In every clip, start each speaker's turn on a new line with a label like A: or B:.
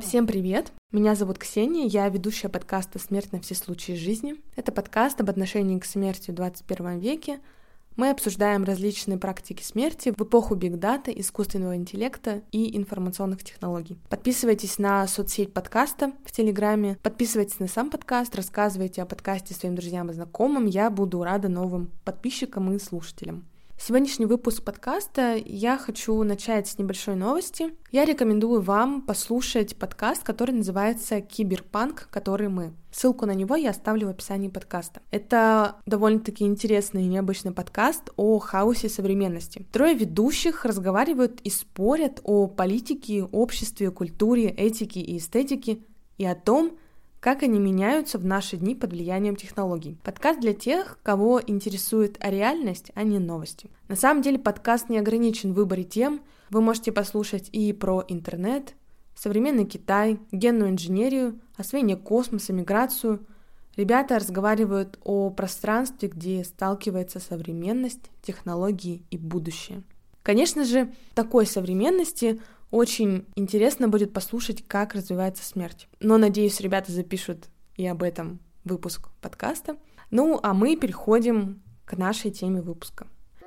A: Всем привет! Меня зовут Ксения, я ведущая подкаста «Смерть на все случаи жизни». Это подкаст об отношении к смерти в 21 веке. Мы обсуждаем различные практики смерти в эпоху биг-дата, искусственного интеллекта и информационных технологий. Подписывайтесь на соцсеть подкаста в Телеграме, подписывайтесь на сам подкаст, рассказывайте о подкасте своим друзьям и знакомым. Я буду рада новым подписчикам и слушателям. Сегодняшний выпуск подкаста я хочу начать с небольшой новости. Я рекомендую вам послушать подкаст, который называется «Киберпанк, который мы». Ссылку на него я оставлю в описании подкаста. Это довольно-таки интересный и необычный подкаст о хаосе современности. Трое ведущих разговаривают и спорят о политике, обществе, культуре, этике и эстетике и о том, как они меняются в наши дни под влиянием технологий. Подкаст для тех, кого интересует реальность, а не новости. На самом деле подкаст не ограничен в выборе тем. Вы можете послушать и про интернет, современный Китай, генную инженерию, освоение космоса, миграцию. Ребята разговаривают о пространстве, где сталкивается современность, технологии и будущее. Конечно же, в такой современности очень интересно будет послушать, как развивается смерть. Но, надеюсь, ребята запишут и об этом выпуск подкаста. Ну, а мы переходим к нашей теме выпуска.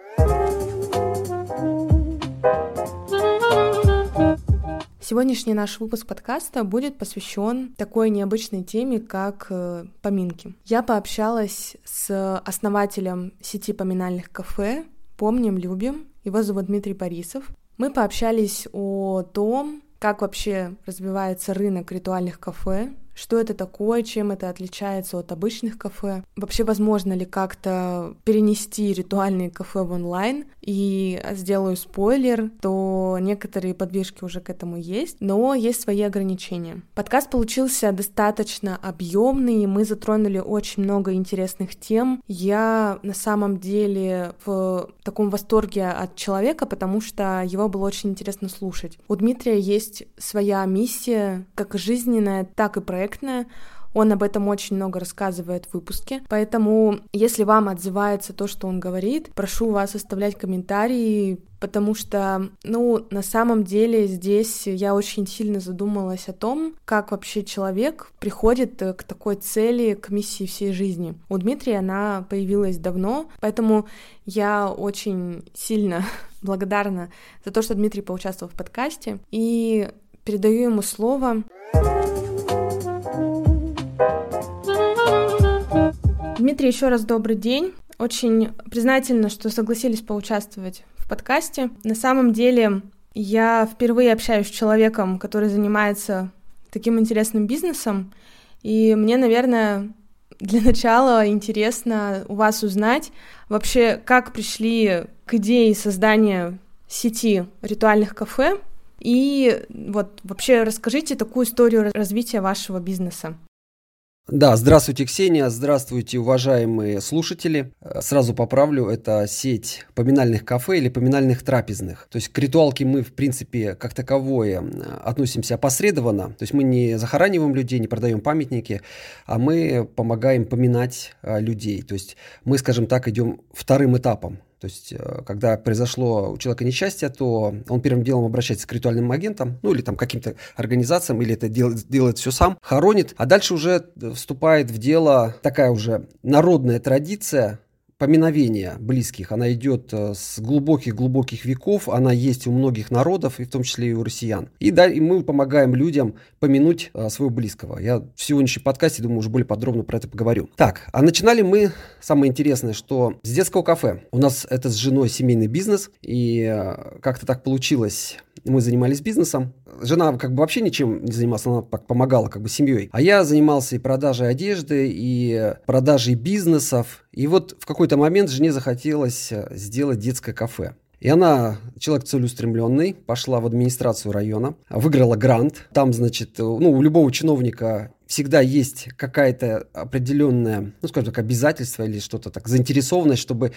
A: Сегодняшний наш выпуск подкаста будет посвящен такой необычной теме, как поминки. Я пообщалась с основателем сети поминальных кафе «Помним, любим». Его зовут Дмитрий Борисов. Мы пообщались о том, как вообще развивается рынок ритуальных кафе, что это такое, чем это отличается от обычных кафе, вообще возможно ли как-то перенести ритуальные кафе в онлайн, и сделаю спойлер, то некоторые подвижки уже к этому есть, но есть свои ограничения. Подкаст получился достаточно объемный, мы затронули очень много интересных тем. Я на самом деле в таком восторге от человека, потому что его было очень интересно слушать. У Дмитрия есть своя миссия, как жизненная, так и проектная. Он об этом очень много рассказывает в выпуске, поэтому, если вам отзывается то, что он говорит, прошу вас оставлять комментарии, потому что, на самом деле здесь я очень сильно задумалась о том, как вообще человек приходит к такой цели, к миссии всей жизни. У Дмитрия она появилась давно, поэтому я очень сильно благодарна за то, что Дмитрий поучаствовал в подкасте, и передаю ему слово. Дмитрий, еще раз добрый день. Очень признательна, что согласились поучаствовать в подкасте. На самом деле, я впервые общаюсь с человеком, который занимается таким интересным бизнесом, и мне, наверное, для начала интересно у вас узнать вообще, как пришли к идее создания сети ритуальных кафе, и вот вообще расскажите такую историю развития вашего бизнеса.
B: Да, здравствуйте, Ксения, здравствуйте, уважаемые слушатели. Сразу поправлю, это сеть поминальных кафе или поминальных трапезных. То есть к ритуалке мы, в принципе, как таковое относимся опосредованно. То есть мы не захораниваем людей, не продаем памятники, а мы помогаем поминать людей. То есть мы, скажем так, идем вторым этапом. То есть, когда произошло у человека несчастье, то он первым делом обращается к ритуальным агентам, или там каким-то организациям, или это делает все сам, хоронит, а дальше уже вступает в дело такая уже народная традиция поминовения близких. Она идет с глубоких-глубоких веков, она есть у многих народов, и в том числе и у россиян. И мы помогаем людям помянуть своего близкого. Я в сегодняшнем подкасте, думаю, уже более подробно про это поговорю. Так, а начинали мы, самое интересное, что с детского кафе. У нас это с женой семейный бизнес, и как-то так получилось. Мы занимались бизнесом. Жена вообще ничем не занималась, она помогала семьей. А я занимался и продажей одежды, и продажей бизнесов. И вот в какой-то момент жене захотелось сделать детское кафе. И она, человек целеустремленный, пошла в администрацию района, выиграла грант. Там, у любого чиновника всегда есть какая-то определенная, скажем так, обязательство или что-то так, заинтересованность, чтобы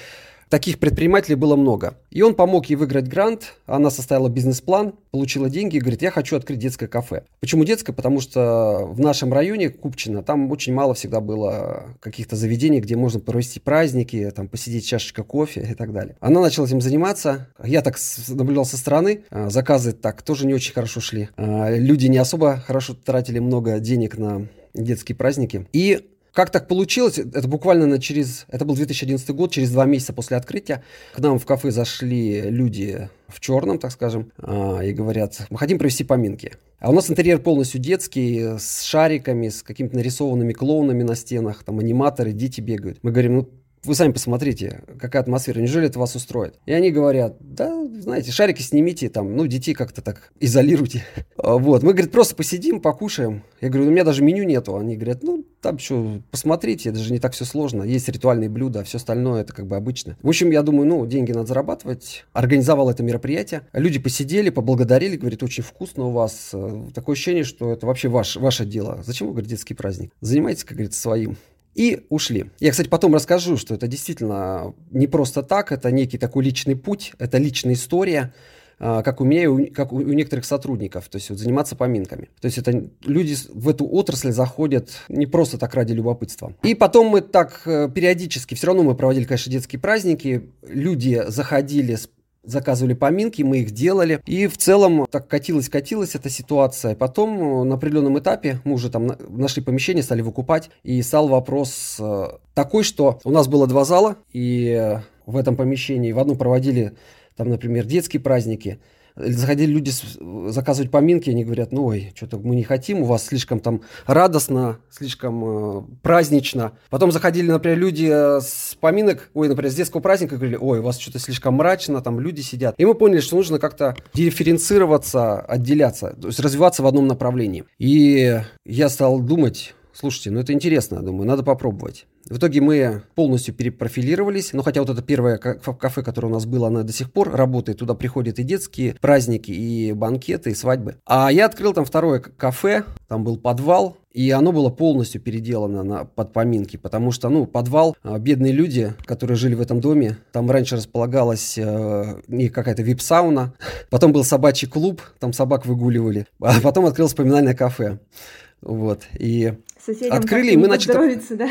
B: Таких предпринимателей было много. И он помог ей выиграть грант, она составила бизнес-план, получила деньги и говорит, я хочу открыть детское кафе. Почему детское? Потому что в нашем районе Купчино, там очень мало всегда было каких-то заведений, где можно провести праздники, там посидеть чашечка кофе и так далее. Она начала этим заниматься. Я так наблюдал со стороны, заказы так тоже не очень хорошо шли. Люди не особо хорошо тратили много денег на детские праздники. И как так получилось? Это буквально это был 2011 год, через 2 месяца после открытия к нам в кафе зашли люди в черном, так скажем, и говорят, мы хотим провести поминки. А у нас интерьер полностью детский, с шариками, с какими-то нарисованными клоунами на стенах, там аниматоры, дети бегают. Мы говорим, ну, вы сами посмотрите, какая атмосфера, неужели это вас устроит? И они говорят, да, знаете, шарики снимите, там, ну, детей как-то так изолируйте. Вот, мы, говорит, просто посидим, покушаем. Я говорю, у меня даже меню нету. Они говорят, ну, там что, посмотрите, это же не так все сложно. Есть ритуальные блюда, а все остальное это как бы обычно. В общем, я думаю, ну, деньги надо зарабатывать. Организовал это мероприятие. Люди посидели, поблагодарили, говорит, очень вкусно у вас. Такое ощущение, что это вообще ваше дело. Зачем вы, говорит, детский праздник? Занимайтесь, как говорится, своим. И ушли. Я, кстати, потом расскажу, что это действительно не просто так, это некий такой личный путь, это личная история, как у меня и как у некоторых сотрудников, то есть вот заниматься поминками. То есть это люди в эту отрасль заходят не просто так ради любопытства. И потом мы так периодически, все равно мы проводили, конечно, детские праздники, люди заходили заказывали поминки, мы их делали. И в целом так катилась эта ситуация. Потом на определенном этапе мы уже там нашли помещение, стали выкупать. И стал вопрос такой, что у нас было 2 зала. И в этом помещении в одном проводили, там, например, детские праздники. Заходили люди заказывать поминки, они говорят, ну ой, что-то мы не хотим, у вас слишком там радостно, слишком празднично. Потом заходили, например, люди с поминок, например, с детского праздника, говорили, ой, у вас что-то слишком мрачно, там люди сидят. И мы поняли, что нужно как-то дифференцироваться, отделяться, то есть развиваться в одном направлении. И я стал думать, слушайте, ну это интересно, думаю, надо попробовать. В итоге мы полностью перепрофилировались, но хотя вот это первое кафе, которое у нас было, оно до сих пор работает, туда приходят и детские праздники, и банкеты, и свадьбы. А я открыл там второе кафе, там был подвал, и оно было полностью переделано под поминки, потому что, ну, подвал, бедные люди, которые жили в этом доме, там раньше располагалась какая-то вип-сауна, потом был собачий клуб, там собак выгуливали, а потом открылось поминальное кафе. Вот, и
A: соседям
B: открыли, и мы начали...
A: Да?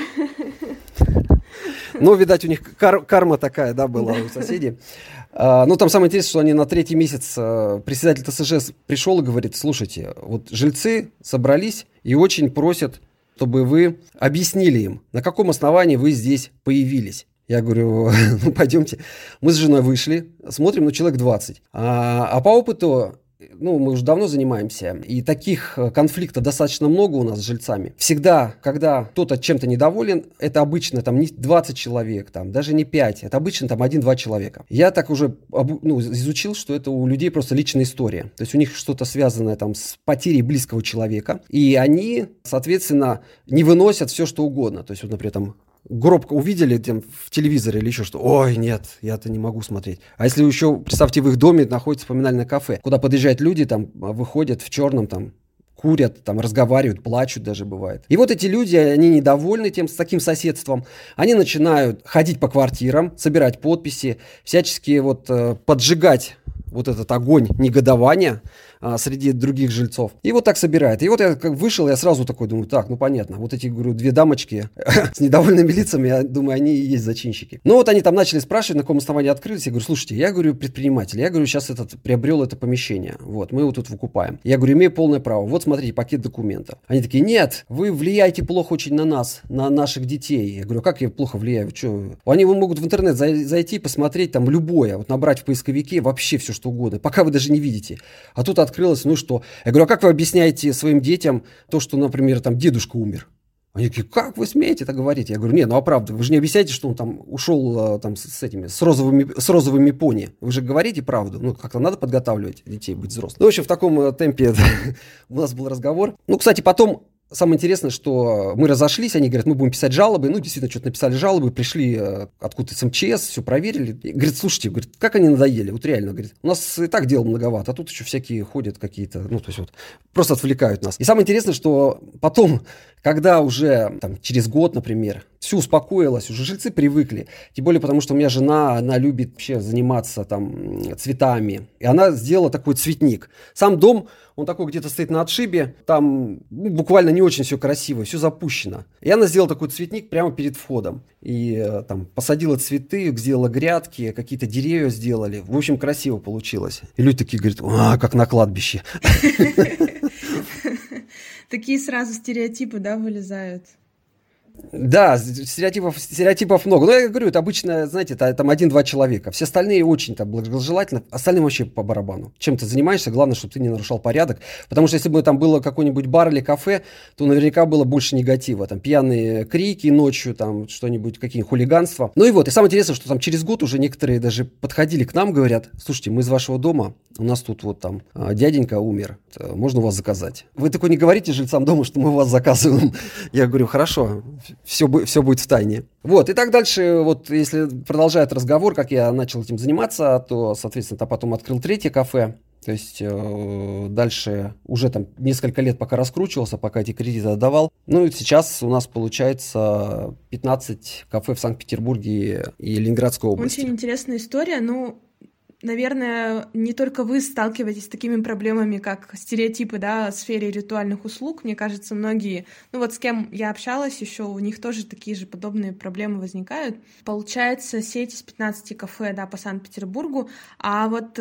B: Ну, видать, у них карма такая, да, была у соседей. Ну, там самое интересное, что они на 3-й месяц, председатель ТСЖ пришел и говорит, слушайте, вот жильцы собрались и очень просят, чтобы вы объяснили им, на каком основании вы здесь появились. Я говорю, ну, пойдемте. Мы с женой вышли, смотрим, ну, человек 20. А по опыту... Ну, мы уже давно занимаемся, и таких конфликтов достаточно много у нас с жильцами. Всегда, когда кто-то чем-то недоволен, это обычно там не 20 человек, там, даже не 5, это обычно там 1-2 человека. Я так уже изучил, что это у людей просто личная история. То есть у них что-то связанное там с потерей близкого человека, и они, соответственно, не выносят все, что угодно. То есть, вот, например, там гроб увидели там, в телевизоре или еще что, ой, нет, я это не могу смотреть. А если еще, представьте, в их доме находится поминальное кафе, куда подъезжают люди, там, выходят в черном, там, курят, там, разговаривают, плачут даже бывает. И вот эти люди, они недовольны с таким соседством, они начинают ходить по квартирам, собирать подписи, всячески вот поджигать вот этот огонь негодования среди других жильцов. И вот так собирает. И вот я как вышел, я сразу такой думаю, так, ну понятно, вот эти, говорю, 2 дамочки с недовольными лицами, я думаю, они и есть зачинщики. Ну вот они там начали спрашивать, на каком основании открылись. Я говорю, слушайте, я говорю, предприниматель, я говорю, сейчас приобрел это помещение, вот, мы его тут выкупаем. Я говорю, имею полное право, вот смотрите, пакет документов. Они такие, нет, вы влияете плохо очень на нас, на наших детей. Я говорю, как я плохо влияю, вы что? Они могут в интернет зайти, посмотреть там любое, вот набрать в поисковике вообще все, что угодно, пока вы даже не видите. А тут открылось, ну что? Я говорю, а как вы объясняете своим детям то, что, например, там дедушка умер? Они такие, как вы смеете это говорить? Я говорю, нет, ну а правда, вы же не объясняете, что он там ушел там, с розовыми пони. Вы же говорите правду. Ну, как-то надо подготавливать детей быть взрослыми. Ну, в общем, в таком темпе у нас был разговор. Ну, кстати, потом самое интересное, что мы разошлись, они говорят, мы будем писать жалобы. Ну, действительно, что-то написали жалобы, пришли откуда-то с МЧС, все проверили. И, говорит, слушайте, говорит, как они надоели, вот реально, говорит, у нас и так дел многовато, а тут еще всякие ходят какие-то, ну, то есть вот, просто отвлекают нас. И самое интересное, что потом Когда уже там, через год, например, все успокоилось, уже жильцы привыкли. Тем более, потому что у меня жена, она любит вообще заниматься там цветами. И она сделала такой цветник. Сам дом, он такой где-то стоит на отшибе. Там буквально не очень все красиво, все запущено. И она сделала такой цветник прямо перед входом. И там посадила цветы, сделала грядки, какие-то деревья сделали. В общем, красиво получилось. И люди такие говорят, как на кладбище.
A: Такие сразу стереотипы, да, вылезают.
B: Да, стереотипов много. Но я говорю, это обычно, знаете, это там 1-2 человека. Все остальные очень там благожелательно, остальным вообще по барабану. Чем ты занимаешься, главное, чтобы ты не нарушал порядок. Потому что если бы там было какой-нибудь бар или кафе, то наверняка было больше негатива. Там пьяные крики ночью, там что-нибудь, какие-нибудь хулиганства. Ну и вот, и самое интересное, что там через год уже некоторые даже подходили к нам, говорят, слушайте, мы из вашего дома, у нас тут вот там дяденька умер, можно у вас заказать. Вы такой не говорите жильцам дома, что мы у вас заказываем. Я говорю, хорошо. Все будет в тайне. Вот, и так дальше, вот если продолжает разговор, как я начал этим заниматься, то, соответственно, потом открыл 3-е кафе. То есть дальше уже там несколько лет пока раскручивался, пока эти кредиты отдавал. Ну и сейчас у нас получается 15 кафе в Санкт-Петербурге и Ленинградской области.
A: Очень интересная история. Ну, наверное, не только вы сталкиваетесь с такими проблемами, как стереотипы, да, в сфере ритуальных услуг. Мне кажется, многие, ну вот с кем я общалась еще, у них тоже такие же подобные проблемы возникают. Получается, сеть из 15 кафе, да, по Санкт-Петербургу. А вот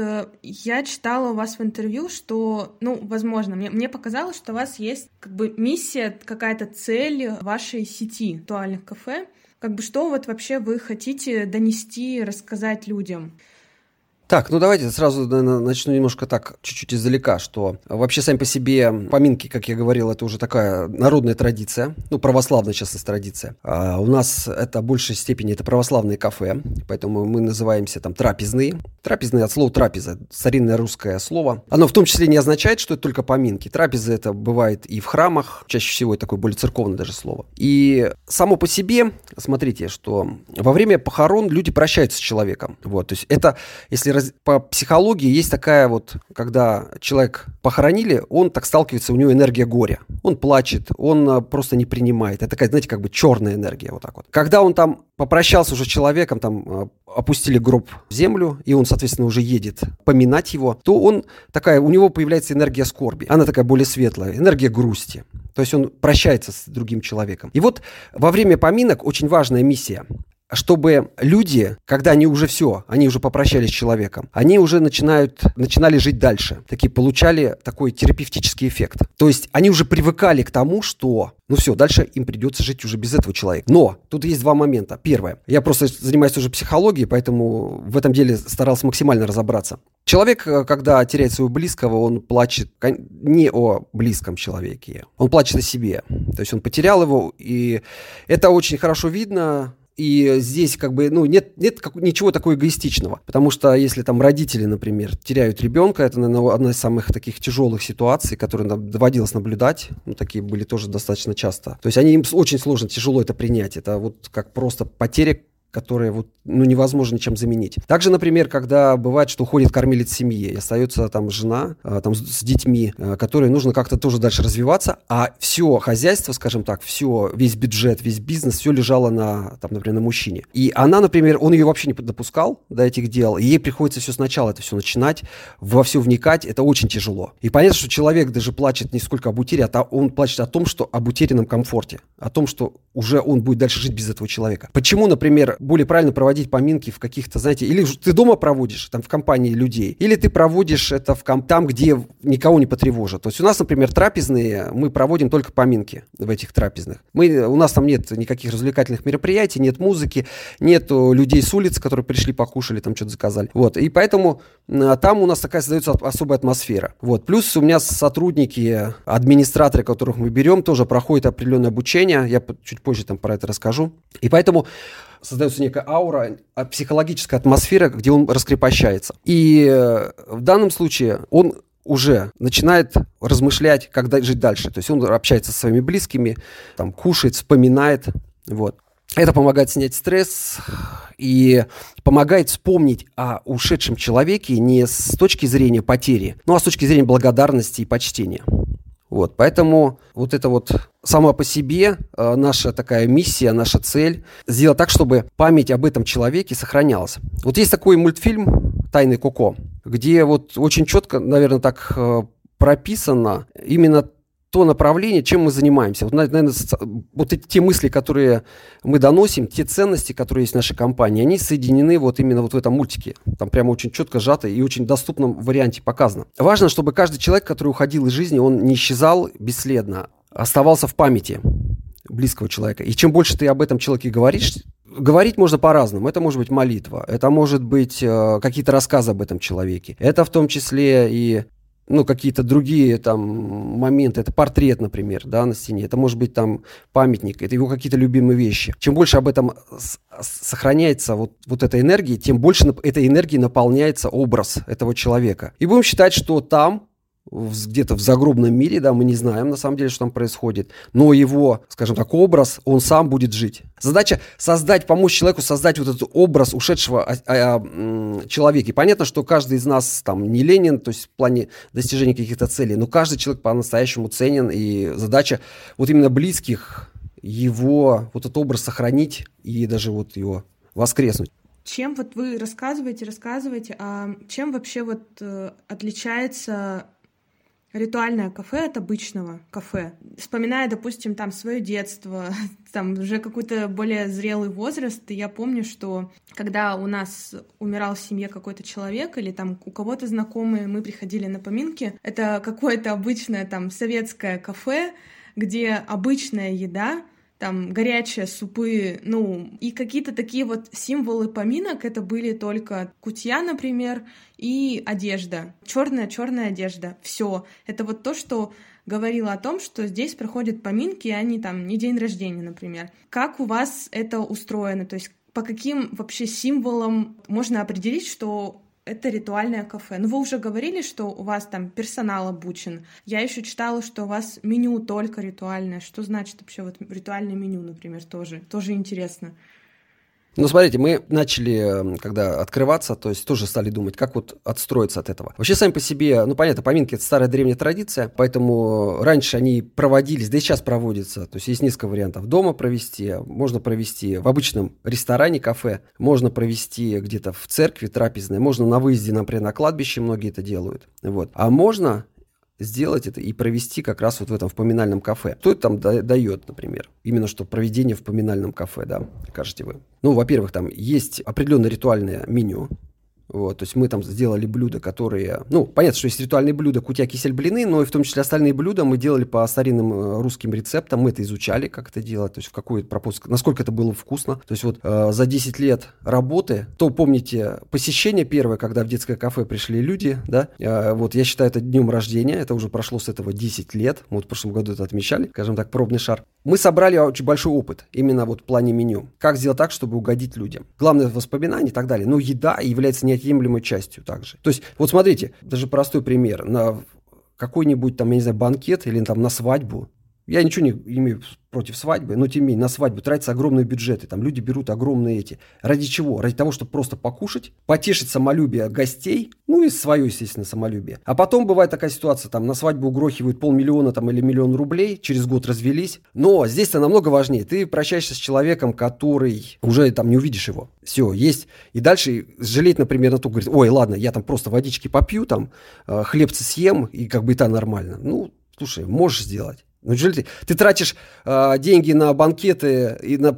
A: я читала у вас в интервью, что, ну, возможно, мне показалось, что у вас есть как бы миссия, какая-то цель вашей сети ритуальных кафе. Как бы что вот вообще вы хотите донести, рассказать людям?
B: Так, ну давайте сразу, наверное, начну немножко так, чуть-чуть издалека, что вообще сами по себе поминки, как я говорил, это уже такая народная традиция, ну, православная, в частности, традиция. А у нас это в большей степени это православные кафе, поэтому мы называемся там трапезные. Трапезные от слова трапеза, старинное русское слово. Оно в том числе не означает, что это только поминки. Трапезы это бывает и в храмах, чаще всего это такое более церковное даже слово. И само по себе, смотрите, что во время похорон люди прощаются с человеком. Вот, то есть это, если по психологии есть такая вот, когда человек похоронили, он так сталкивается, у него энергия горя. Он плачет, он просто не принимает. Это такая, знаете, как бы черная энергия вот так вот. Когда он там попрощался уже с человеком, там опустили гроб в землю, и он, соответственно, уже едет поминать его, то он такая, у него появляется энергия скорби. Она такая более светлая, энергия грусти. То есть он прощается с другим человеком. И вот во время поминок очень важная миссия, чтобы люди, когда они уже все, они уже попрощались с человеком, они уже начинали жить дальше, такие получали такой терапевтический эффект. То есть они уже привыкали к тому, что, ну все, дальше им придется жить уже без этого человека. Но тут есть 2 момента. Первое, я просто занимаюсь уже психологией, поэтому в этом деле старался максимально разобраться. Человек, когда теряет своего близкого, он плачет не о близком человеке, он плачет о себе. То есть он потерял его, и это очень хорошо видно. И здесь как бы, ну, нет ничего такого эгоистичного. Потому что если там родители, например, теряют ребенка, это, наверное, одна из самых таких тяжелых ситуаций, которые нам доводилось наблюдать. Ну, такие были тоже достаточно часто. То есть им очень сложно, тяжело это принять. Это вот как просто потеря, которые вот, ну, невозможно ничем заменить. Также, например, когда бывает, что уходит кормилец семьи, и остается там жена там, с детьми, которые нужно как-то тоже дальше развиваться, а все хозяйство, скажем так, весь бюджет, весь бизнес, все лежало на, там, например, на мужчине. И она, например, он ее вообще не допускал до этих дел, и ей приходится все сначала это все начинать, во все вникать, это очень тяжело. И понятно, что человек даже плачет не сколько об утере, а он плачет о том, что об утерянном комфорте, о том, что уже он будет дальше жить без этого человека. Почему, например, более правильно проводить поминки в каких-то, знаете, или ты дома проводишь, там, в компании людей, или ты проводишь это там, где никого не потревожат. То есть у нас, например, трапезные, мы проводим только поминки в этих трапезных. У нас там нет никаких развлекательных мероприятий, нет музыки, нет людей с улицы, которые пришли, покушали, там что-то заказали. Вот, и поэтому там у нас такая создается особая атмосфера. Вот, плюс у меня сотрудники, администраторы, которых мы берем, тоже проходят определенное обучение, я чуть позже там про это расскажу. И поэтому создается некая аура, психологическая атмосфера, где он раскрепощается. И в данном случае он уже начинает размышлять, как жить дальше. То есть он общается со своими близкими, там, кушает, вспоминает. Вот. Это помогает снять стресс и помогает вспомнить о ушедшем человеке не с точки зрения потери, но с точки зрения благодарности и почтения. Вот, поэтому вот это вот сама по себе наша такая миссия, наша цель сделать так, чтобы память об этом человеке сохранялась. Вот есть такой мультфильм «Тайны Коко», где вот очень четко, наверное, так прописано именно то направление, чем мы занимаемся. Вот, наверное, вот эти те мысли, которые мы доносим, те ценности, которые есть в нашей компании, они соединены вот именно вот в этом мультике. Там прямо очень четко сжато и очень доступном варианте показано. Важно, чтобы каждый человек, который уходил из жизни, он не исчезал бесследно, оставался в памяти близкого человека. И чем больше ты об этом человеке говоришь, говорить можно по-разному. Это может быть молитва, это может быть какие-то рассказы об этом человеке. Это в том числе и какие-то другие там моменты, это портрет, например, да, на стене, это может быть там памятник, это его какие-то любимые вещи. Чем больше об этом сохраняется вот эта энергия, тем больше этой энергией наполняется образ этого человека. И будем считать, что там, где-то в загробном мире, да, мы не знаем на самом деле, что там происходит, но его, скажем так, образ, он сам будет жить. Задача помочь человеку создать вот этот образ ушедшего человека. И понятно, что каждый из нас там не Ленин, то есть в плане достижения каких-то целей, но каждый человек по-настоящему ценен, и задача вот именно близких его вот этот образ сохранить и даже вот его воскреснуть.
A: Чем вот вы рассказываете, а чем вообще вот отличается ритуальное кафе от обычного кафе? Вспоминая, допустим, там свое детство, там уже какой-то более зрелый возраст, и я помню, что когда у нас умирал в семье какой-то человек или там у кого-то знакомые, мы приходили на поминки, это какое-то обычное там советское кафе, где обычная еда, там горячие супы, и какие-то такие вот символы поминок, это были только кутья, например, и одежда, черная одежда, все. Это вот то, что говорило о том, что здесь проходят поминки, а не день рождения, например. Как у вас это устроено? То есть по каким вообще символам можно определить, что это ритуальное кафе? Вы уже говорили, что у вас там персонал обучен. Я еще читала, что у вас меню только ритуальное. Что значит вообще вот ритуальное меню, например, тоже? Тоже интересно.
B: Смотрите, мы начали, когда открываться, то есть тоже стали думать, как вот отстроиться от этого. Вообще, сами по себе, понятно, поминки — это старая древняя традиция, поэтому раньше они проводились, да и сейчас проводятся, то есть есть несколько вариантов. Дома провести, можно провести в обычном ресторане, кафе, можно провести где-то в церкви трапезной, можно на выезде, например, на кладбище, многие это делают. Вот. А можно сделать это и провести как раз вот в этом в поминальном кафе. Что это там дает, например? Именно что проведение в поминальном кафе, да, кажете вы. Во-первых, там есть определенное ритуальное меню. Вот, то есть мы там сделали блюда, которые... понятно, что есть ритуальные блюда, кутя, кисель, блины, но и в том числе остальные блюда мы делали по старинным русским рецептам. Мы это изучали, как это делать, то есть в какой пропуск, насколько это было вкусно. То есть вот за 10 лет работы, то помните посещение первое, когда в детское кафе пришли люди, да, вот я считаю это днем рождения, это уже прошло с этого 10 лет, мы вот в прошлом году это отмечали, скажем так, пробный шар. Мы собрали очень большой опыт именно вот в плане меню. Как сделать так, чтобы угодить людям. Главное воспоминания и так далее. Но еда является неотъемлемой частью также. То есть, вот смотрите, даже простой пример. На какой-нибудь там, я не знаю, банкет или там на свадьбу. Я ничего не имею против свадьбы, но тем не менее на свадьбу тратятся огромные бюджеты. Там люди берут огромные эти. Ради чего? Ради того, чтобы просто покушать, потешить самолюбие гостей, и свое, естественно, самолюбие. А потом бывает такая ситуация, там на свадьбу угрохивают 500 000 там, или 1 000 000 рублей, через год развелись. Но здесь-то намного важнее. Ты прощаешься с человеком, который уже там не увидишь его. Все, есть. И дальше жалеть, например, на то, говорит, ой, ладно, я там просто водички попью, там хлебцы съем, и как бы и так нормально. Слушай, можешь сделать. Ты тратишь деньги на банкеты и на,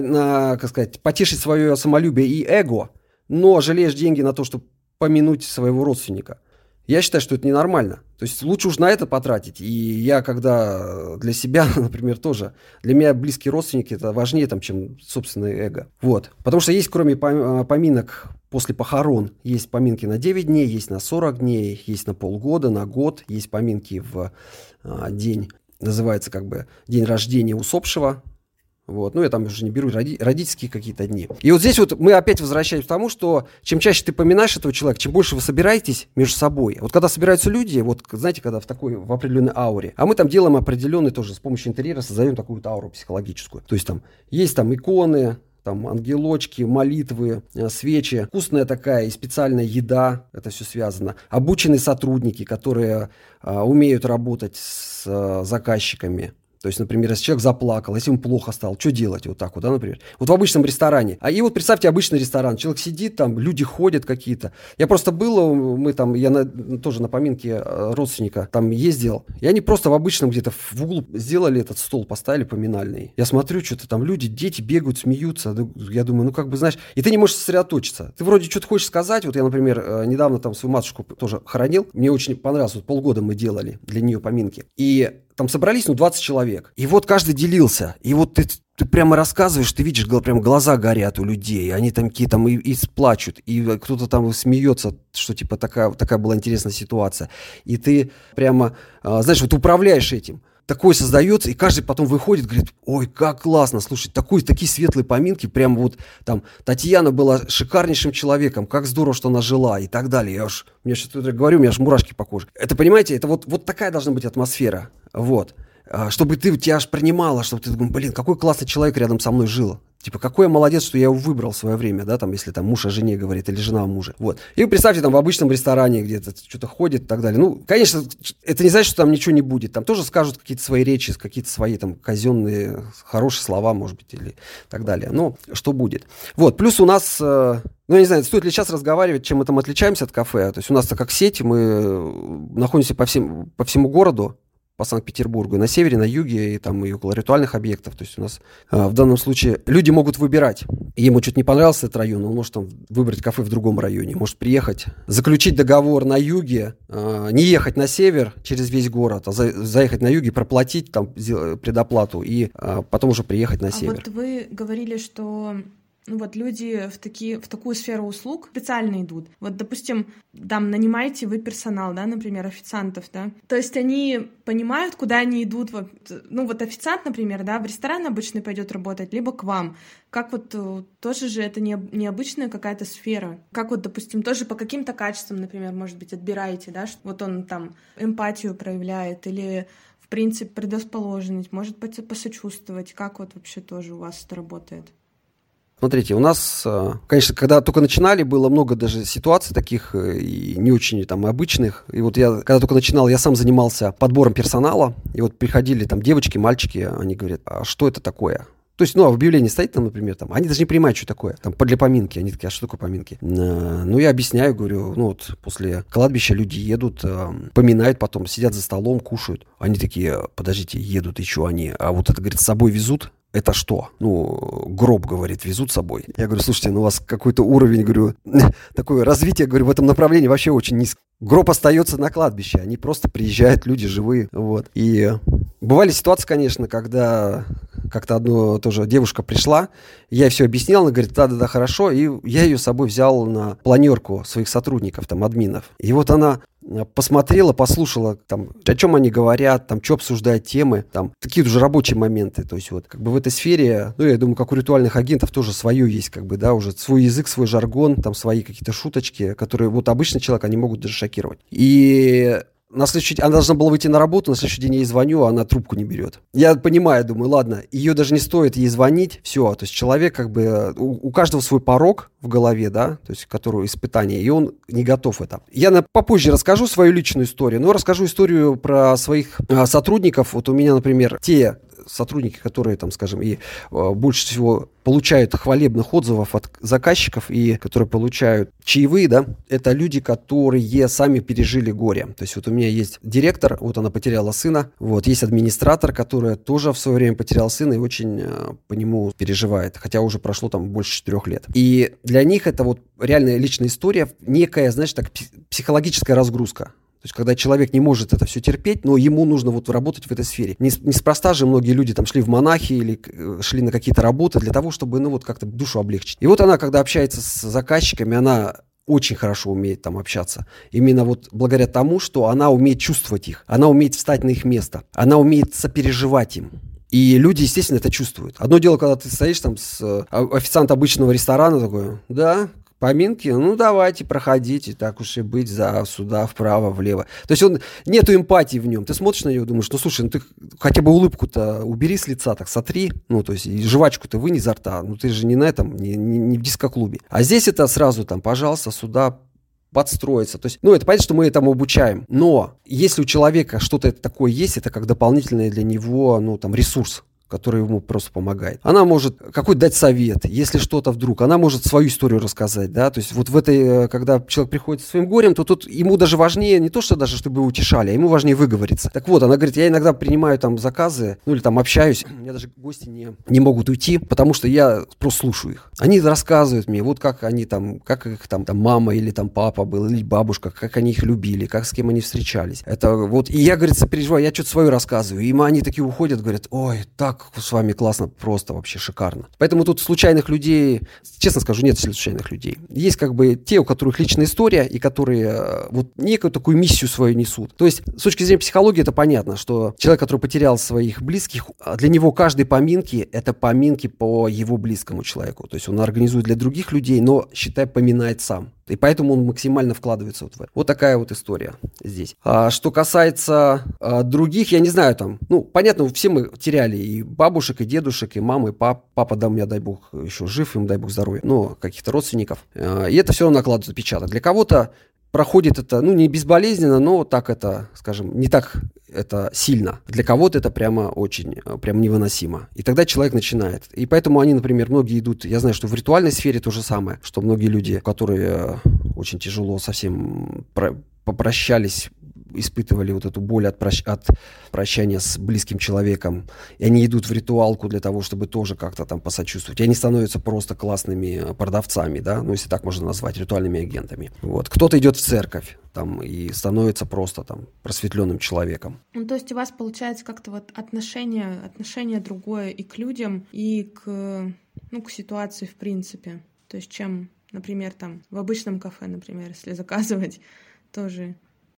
B: как сказать, потешить свое самолюбие и эго, но жалеешь деньги на то, чтобы помянуть своего родственника. Я считаю, что это ненормально. То есть лучше уж на это потратить. И я когда для себя, например, тоже, для меня близкие родственники это важнее, чем собственное эго. Вот. Потому что есть, кроме поминок после похорон, есть поминки на 9 дней, есть на 40 дней, есть на полгода, на год, есть поминки в день, называется как бы день рождения усопшего. Вот. Я там уже не беру родительские какие-то дни. И вот здесь вот мы опять возвращаемся к тому, что чем чаще ты поминаешь этого человека, чем больше вы собираетесь между собой. Вот когда собираются люди, вот знаете, когда в определенной ауре, а мы там делаем определенный тоже с помощью интерьера, создаем такую ауру психологическую. То есть там есть там иконы, там ангелочки, молитвы, свечи, вкусная такая и специальная еда, это все связано. Обученные сотрудники, которые умеют работать с заказчиками. То есть, например, если человек заплакал, если ему плохо стало, что делать вот так вот, да, например? Вот в обычном ресторане. И вот представьте обычный ресторан. Человек сидит там, люди ходят какие-то. Я просто был, тоже на поминке родственника там ездил. И они просто в обычном где-то в углу сделали этот стол, поставили поминальный. Я смотрю, что-то там люди, дети бегают, смеются. Я думаю, знаешь, и ты не можешь сосредоточиться. Ты вроде что-то хочешь сказать. Вот я, например, недавно там свою матушку тоже хоронил. Мне очень понравилось. Вот полгода мы делали для нее поминки. И там собрались, 20 человек. И вот каждый делился. И вот ты прямо рассказываешь, ты видишь, прям глаза горят у людей. Они там какие-то там и сплачут. И кто-то там смеется, что типа такая была интересная ситуация. И ты прямо, знаешь, вот управляешь этим. Такое создается, и каждый потом выходит, говорит, ой, как классно, слушай, такие светлые поминки, прям вот там Татьяна была шикарнейшим человеком, как здорово, что она жила и так далее. Я что-то говорю, у меня аж мурашки по коже. Это, понимаете, это вот такая должна быть атмосфера, вот. Чтобы тебя аж принимала, чтобы ты думал, какой классный человек рядом со мной жил. Типа, какой я молодец, что я его выбрал в свое время, да, там, если там муж о жене говорит, или жена о муже. Вот. И вы представьте, там в обычном ресторане где-то что-то ходит и так далее. Конечно, это не значит, что там ничего не будет. Там тоже скажут какие-то свои речи, какие-то свои там казенные, хорошие слова, может быть, или так далее. Но что будет? Вот. Плюс у нас, я не знаю, стоит ли сейчас разговаривать, чем мы там отличаемся от кафе. То есть у нас-то как сеть, мы находимся по всему городу, по Санкт-Петербургу, на севере, на юге, и около ритуальных объектов. То есть у нас в данном случае люди могут выбирать. Ему что-то не понравился этот район, он может там выбрать кафе в другом районе, может приехать, заключить договор на юге, не ехать на север через весь город, а заехать на юге, проплатить там предоплату и потом уже приехать на север.
A: Вот вы говорили, что люди в такую сферу услуг специально идут. Вот, допустим, там нанимаете вы персонал, да, например, официантов, да. То есть они понимают, куда они идут. Вот официант, например, да, в ресторан обычно пойдет работать, либо к вам. Как тоже же это необычная какая-то сфера. Как допустим, тоже по каким-то качествам, например, может быть, отбираете, да, что вот он там эмпатию проявляет или в принципе предрасположенность, может посочувствовать. Как вообще тоже у вас это работает?
B: Смотрите, у нас, конечно, когда только начинали, было много даже ситуаций таких и не очень там обычных. И вот я, когда только начинал, я сам занимался подбором персонала. И вот приходили там девочки, мальчики, они говорят, а что это такое? То есть, объявление стоит там, например, они даже не понимают, что такое, там, для поминки. Они такие, а что такое поминки? Я объясняю, говорю, после кладбища люди едут, поминают потом, сидят за столом, кушают. Они такие, подождите, едут, и что они? А вот это, говорит, с собой везут? Это что? Гроб, говорит, везут с собой. Я говорю, слушайте, у вас какой-то уровень, говорю, такое развитие, говорю, в этом направлении вообще очень низко. Гроб остается на кладбище, они просто приезжают, люди живые, вот. И бывали ситуации, конечно, когда как-то одна тоже девушка пришла, я ей все объяснил, она говорит, да, хорошо, и я ее с собой взял на планерку своих сотрудников, там, админов. И вот она посмотрела, послушала, там, о чем они говорят, там, что обсуждают темы, там, такие уже рабочие моменты, то есть в этой сфере, я думаю, как у ритуальных агентов тоже свое есть, уже свой язык, свой жаргон, там, свои какие-то шуточки, которые обычный человек, они могут даже шокировать. И на следующий день, она должна была выйти на работу, на следующий день я ей звоню, а она трубку не берет. Я понимаю, думаю, ладно, ее даже не стоит ей звонить, все, то есть человек у каждого свой порог в голове, да, то есть которого испытание, и он не готов это. Я попозже расскажу свою личную историю, но расскажу историю про своих сотрудников. Вот у меня, например, те сотрудники, которые, там, скажем, и больше всего получают хвалебных отзывов от заказчиков и которые получают чаевые, да, это люди, которые сами пережили горе. То есть у меня есть директор, она потеряла сына, есть администратор, который тоже в свое время потерял сына и очень по нему переживает, хотя уже прошло там больше 4 лет. И для них это реальная личная история, некая, знаешь, психологическая разгрузка. То есть, когда человек не может это все терпеть, но ему нужно работать в этой сфере. Неспроста же многие люди там шли в монахи или шли на какие-то работы для того, чтобы, как-то душу облегчить. И она, когда общается с заказчиками, она очень хорошо умеет там общаться. Именно благодаря тому, что она умеет чувствовать их, она умеет встать на их место, она умеет сопереживать им. И люди, естественно, это чувствуют. Одно дело, когда ты стоишь там с официант обычного ресторана такой, да, поминки, ну давайте, проходите, так уж и быть, сюда, вправо, влево. То есть нету эмпатии в нем. Ты смотришь на него и думаешь, ну слушай, ну ты хотя бы улыбку-то убери с лица, так сотри, ну то есть и жвачку-то вынь изо рта, ну ты же не на этом, не в дискоклубе. А здесь это сразу там, пожалуйста, сюда подстроиться. То есть, ну, это понятно, что мы этому обучаем. Но если у человека что-то такое есть, это как дополнительный для него, ну, там, ресурс, который ему просто помогает. Она может какой-то дать совет, если что-то вдруг. Она может свою историю рассказать, да. То есть вот в этой, когда человек приходит со своим горем, то тут ему даже важнее не то, что даже, чтобы его утешали, а ему важнее выговориться. Так вот, она говорит, я иногда принимаю там заказы, ну или там общаюсь, у меня даже гости не могут уйти, потому что я просто слушаю их. Они рассказывают мне, вот как они там, как их там мама или там папа был, или бабушка, как они их любили, как с кем они встречались. Это вот, и я, говорит, сопереживаю, я что-то свое рассказываю, и они такие уходят, говорят, ой, так с вами классно, просто вообще шикарно. Поэтому тут случайных людей, честно скажу, нет случайных людей. Есть как бы те, у которых личная история, и которые вот некую такую миссию свою несут. То есть, с точки зрения психологии, это понятно, что человек, который потерял своих близких, для него каждые поминки — это поминки по его близкому человеку. То есть он организует для других людей, но, считай, поминает сам. И поэтому он максимально вкладывается вот в это. Вот такая вот история здесь. А что касается других, я не знаю, там, ну, понятно, все мы теряли и бабушек, и дедушек, и мамы, и пап. Папа, да, у меня, дай бог, еще жив, ему дай бог здоровья, но каких-то родственников. И это все равно накладывает отпечаток. Для кого-то проходит это, ну, не безболезненно, но так это, скажем, не так это сильно. Для кого-то это прямо очень, прям невыносимо. И тогда человек начинает. И поэтому они, например, многие идут, я знаю, что в ритуальной сфере то же самое, что многие люди, которые очень тяжело совсем попрощались, испытывали вот эту боль от прощания с близким человеком, и они идут в ритуалку для того, чтобы тоже как-то там посочувствовать. И они становятся просто классными продавцами, да, ну, если так можно назвать, ритуальными агентами. Вот. Кто-то идет в церковь там и становится просто там просветленным человеком.
A: Ну, то есть у вас получается как-то вот отношение другое и к людям, и к ситуации в принципе. То есть чем, например, там в обычном кафе, например, если заказывать, тоже...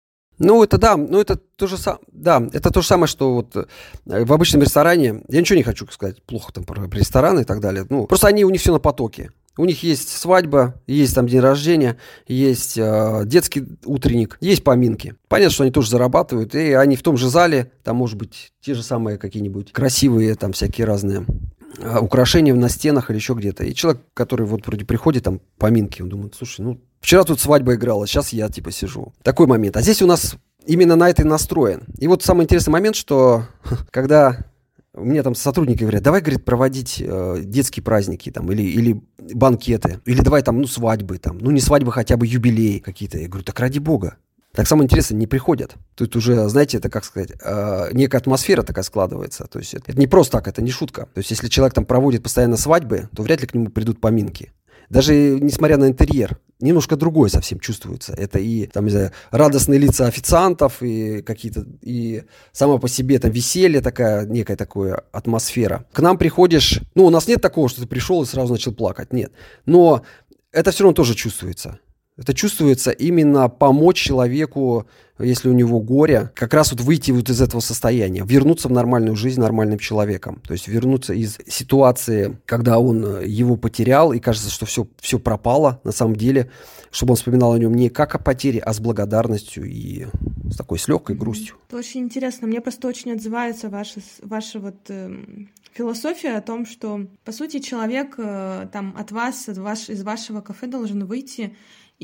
B: Ну, это да, ну, это то же самое, да, это то же самое, что вот в обычном ресторане, я ничего не хочу сказать плохо там про рестораны и так далее, ну, просто у них все на потоке. У них есть свадьба, есть там день рождения, есть детский утренник, есть поминки. Понятно, что они тоже зарабатывают, и они в том же зале, там, может быть, те же самые какие-нибудь красивые там всякие разные украшения на стенах или еще где-то. И человек, который вот вроде приходит, там, поминки, он думает, слушай, ну, вчера тут свадьба играла, сейчас я типа сижу. Такой момент. А здесь у нас именно на это и настроен. И вот самый интересный момент, что когда мне там сотрудники говорят, давай, говорит, проводить детские праздники там, или банкеты, или давай там, ну, свадьбы там, ну, не свадьбы, хотя бы юбилеи какие-то. Я говорю, так ради бога. Так самое интересное, не приходят. Тут уже, знаете, это, как сказать, некая атмосфера такая складывается. То есть это не просто так, это не шутка. То есть если человек там проводит постоянно свадьбы, то вряд ли к нему придут поминки. Даже несмотря на интерьер, немножко другое совсем чувствуется. Это и, там, не знаю, радостные лица официантов, и какие-то, и само по себе там веселье, такая, некая такая атмосфера. К нам приходишь, ну, у нас нет такого, что ты пришел и сразу начал плакать, нет. Но это все равно тоже чувствуется. Это чувствуется именно помочь человеку, если у него горе, как раз вот выйти вот из этого состояния, вернуться в нормальную жизнь нормальным человеком. То есть вернуться из ситуации, когда он его потерял, и кажется, что все пропало на самом деле, чтобы он вспоминал о нем не как о потере, а с благодарностью и с такой с легкой грустью.
A: Это очень интересно. Мне просто очень отзывается ваша вот философия о том, что, по сути, человек там от вас, из вашего кафе должен выйти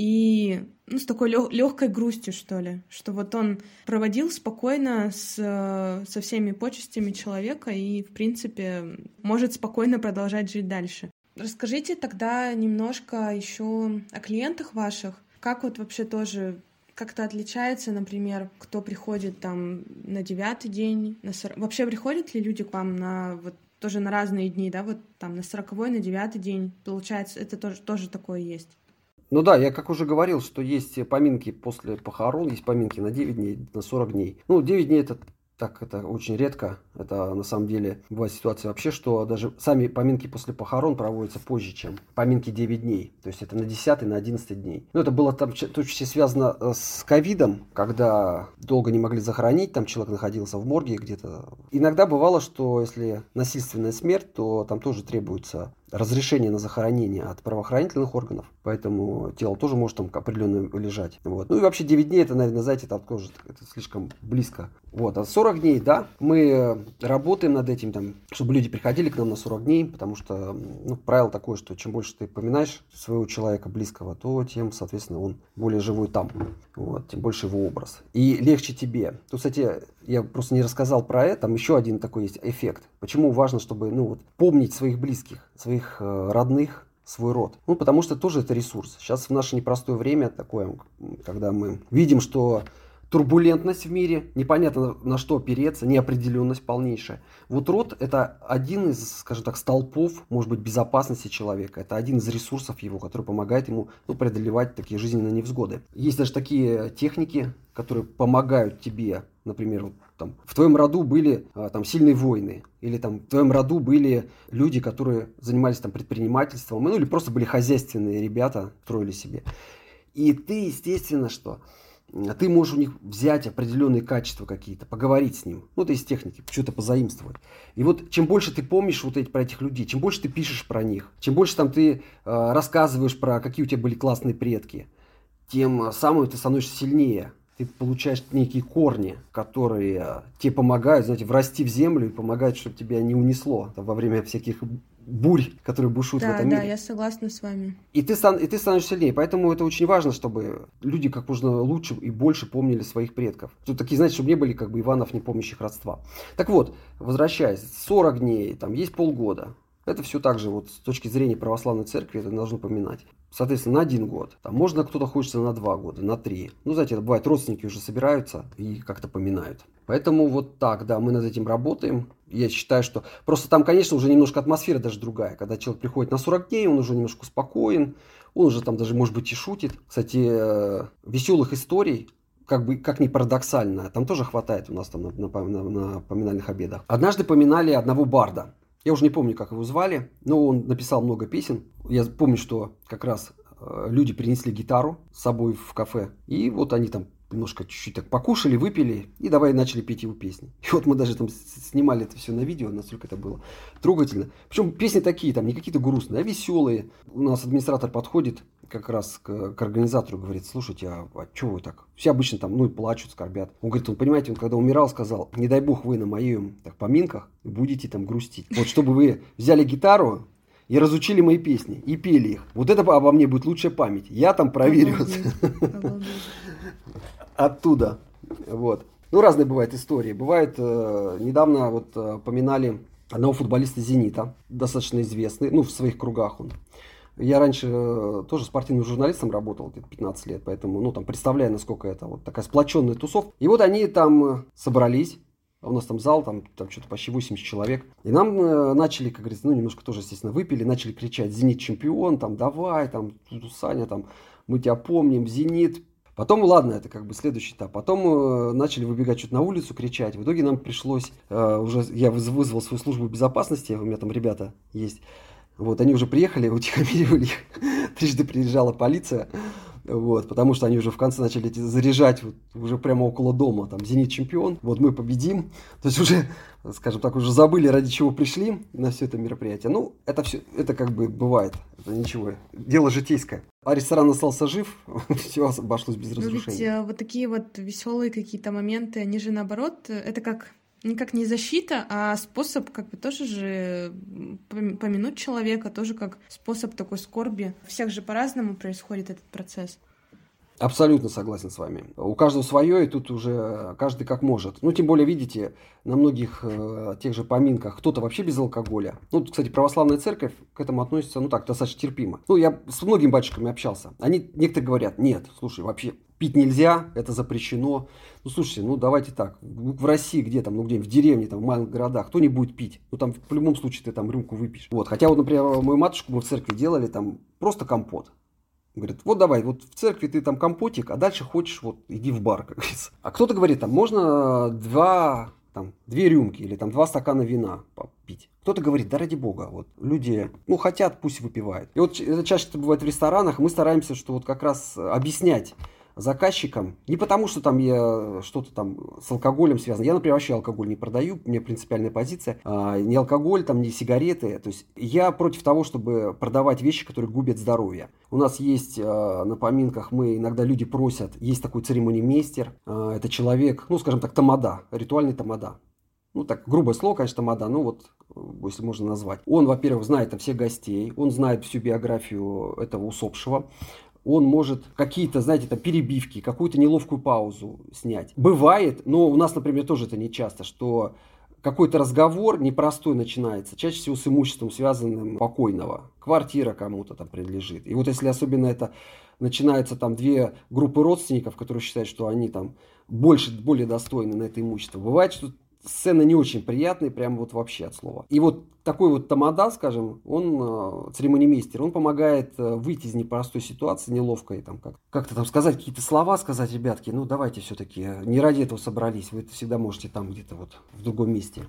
A: и с такой легкой грустью, что ли, что вот он проводил спокойно со всеми почестями человека и, в принципе, может спокойно продолжать жить дальше. Расскажите тогда немножко еще о клиентах ваших. Как вот вообще тоже как-то отличается, например, кто приходит там на 9-й день, вообще приходят ли люди к вам тоже на разные дни, да, вот там на 40-й, на 9-й день, получается, это тоже такое есть?
B: Ну да, я как уже говорил, что есть поминки после похорон, есть поминки на 9 дней, на 40 дней. Ну, 9 дней это очень редко. Это на самом деле бывает ситуация вообще, что даже сами поминки после похорон проводятся позже, чем поминки 9 дней. То есть это на 10 на 11 дней. Ну, это было там точно связано с ковидом, когда долго не могли захоронить, там человек находился в морге где-то. Иногда бывало, что если насильственная смерть, то там тоже требуется разрешение на захоронение от правоохранительных органов, поэтому тело тоже может там определенно лежать. Вот. Ну и вообще 9 дней, это, наверное, знаете, это тоже это слишком близко. Вот. А 40 дней, да, мы работаем над этим, там, чтобы люди приходили к нам на 40 дней, потому что, ну, правило такое, что чем больше ты поминаешь своего человека близкого, то тем, соответственно, он более живой там. Вот. Тем больше его образ. И легче тебе. Тут, кстати, я просто не рассказал про это, там еще один такой есть эффект. Почему важно, чтобы, ну, вот, помнить своих близких, своих родных, свой род. Ну, потому что тоже это ресурс. Сейчас в наше непростое время такое, когда мы видим, что турбулентность в мире, непонятно на что опереться, неопределенность полнейшая. Вот род – это один из, скажем так, столпов, может быть, безопасности человека. Это один из ресурсов его, который помогает ему, ну, преодолевать такие жизненные невзгоды. Есть даже такие техники, которые помогают тебе, например, вот, там, в твоем роду были там сильные воины, или там в твоем роду были люди, которые занимались там предпринимательством, ну или просто были хозяйственные ребята, строили себе. И ты, естественно, что ты можешь у них взять определенные качества какие-то, поговорить с ним, ну, это из техники, что-то позаимствовать. И вот чем больше ты помнишь вот про этих людей, чем больше ты пишешь про них, чем больше там ты рассказываешь про какие у тебя были классные предки, тем самым ты становишься сильнее. Ты получаешь некие корни, которые тебе помогают, знаете, врасти в землю и помогают, чтобы тебя не унесло там, во время всяких бурь, которые бушуют в этом мире.
A: Да, я согласна с вами.
B: И ты становишься сильнее. Поэтому это очень важно, чтобы люди как можно лучше и больше помнили своих предков. Тут такие, знаете, чтобы не были как бы Иванов, не помнящих родства. Так вот, возвращаясь, 40 дней, там есть полгода. Это все так же, вот с точки зрения православной церкви, это должно поминать. Соответственно, на 1 год. Там, можно кто-то хочется на 2 года, на 3. Ну, знаете, это бывает, родственники уже собираются и как-то поминают. Поэтому вот так, да, мы над этим работаем. Я считаю, что просто там, конечно, уже немножко атмосфера даже другая. Когда человек приходит на 40 дней, он уже немножко спокоен, он уже там даже, может быть, и шутит. Кстати, веселых историй, как ни парадоксально, там тоже хватает у нас там на поминальных обедах. Однажды поминали одного барда. Я уже не помню, как его звали, но он написал много песен. Я помню, что как раз люди принесли гитару с собой в кафе. И вот они там немножко чуть-чуть так покушали, выпили и давай начали петь его песни. И вот мы даже там снимали это все на видео, насколько это было трогательно. Причем песни такие, там не какие-то грустные, а веселые. У нас администратор подходит как раз к организатору, говорит: слушайте, а что вы так? Все обычно там, ну и плачут, скорбят. Он говорит, понимаете, он когда умирал, сказал: не дай бог вы на моем поминках будете там грустить. Вот чтобы вы взяли гитару и разучили мои песни, и пели их. Вот это обо мне будет лучшая память. Я там проверю. Оттуда. Вот. Ну, разные бывают истории. Бывает, недавно вот поминали одного футболиста «Зенита», достаточно известный, ну, в своих кругах он. Я раньше тоже спортивным журналистом работал, где-то 15 лет, поэтому, ну, там, представляю, насколько это вот такая сплоченная тусовка. И вот они там собрались. У нас там зал, там что-то почти 80 человек. И нам начали, как говорится, ну, немножко тоже, естественно, выпили, начали кричать: «Зенит чемпион», там, давай, там, Саня, там, мы тебя помним, Зенит. Потом, ладно, это как бы следующий этап. Потом начали выбегать что-то на улицу, кричать. В итоге нам пришлось, уже я вызвал свою службу безопасности, у меня там ребята есть. Вот, они уже приехали, утихомиривали их. Трижды приезжала полиция. Вот, потому что они уже в конце начали заряжать вот, уже прямо около дома, там, «Зенит чемпион», вот мы победим. То есть уже, скажем так, уже забыли, ради чего пришли на все это мероприятие. Ну, это все, это как бы бывает, это ничего, дело житейское. А ресторан остался жив, все обошлось без разрушения.
A: Но ведь вот такие вот веселые какие-то моменты, они же наоборот, это как... Никак не защита, а способ как бы тоже же помянуть человека, тоже как способ такой скорби. У всех же по-разному происходит этот процесс.
B: Абсолютно согласен с вами. У каждого свое, и тут уже каждый как может. Ну, тем более, видите, на многих тех же поминках кто-то вообще без алкоголя. Ну, кстати, православная церковь к этому относится, ну так, достаточно терпимо. Ну, я с многими батюшками общался. Они, некоторые говорят: нет, слушай, вообще пить нельзя, это запрещено. Ну, слушайте, ну, давайте так, в России где там, ну, где в деревне, там, в маленьких городах, кто не будет пить? Ну, там, в любом случае, ты там рюмку выпьешь. Вот, хотя вот, например, мою матушку мы в церкви делали, там, просто компот. Говорит: вот давай, вот в церкви ты там компотик, а дальше хочешь, вот иди в бар, как говорится. А кто-то говорит, там, можно 2 рюмки или там 2 стакана вина попить. Кто-то говорит: да ради бога, вот люди, ну, хотят, пусть выпивают. И вот это чаще бывает в ресторанах, мы стараемся, что вот как раз объяснять заказчикам. Не потому, что там я что-то там с алкоголем связано. Я, например, вообще алкоголь не продаю, у меня принципиальная позиция. Не алкоголь, там, не сигареты. То есть я против того, чтобы продавать вещи, которые губят здоровье. У нас есть на поминках, иногда люди просят, есть такой церемонимейстер. Это человек, скажем так, тамада, ритуальный тамада. Так, грубое слово, конечно, тамада, если можно назвать. Он, во-первых, знает всех гостей, он знает всю биографию этого усопшего. Он может какие-то, знаете, перебивки, какую-то неловкую паузу снять. Бывает, но у нас, например, тоже это не часто, что какой-то разговор непростой начинается, чаще всего с имуществом, связанным покойного. Квартира кому-то там принадлежит. И вот если особенно это начинается две группы родственников, которые считают, что они более достойны на это имущество. Бывает, что сцена не очень приятная, прям вообще от слова. И такой тамада, скажем, он церемонимейстер, он помогает выйти из непростой ситуации, неловкой, как-то сказать какие-то слова, сказать, ребятки, давайте все-таки, не ради этого собрались, вы всегда можете где-то в другом месте,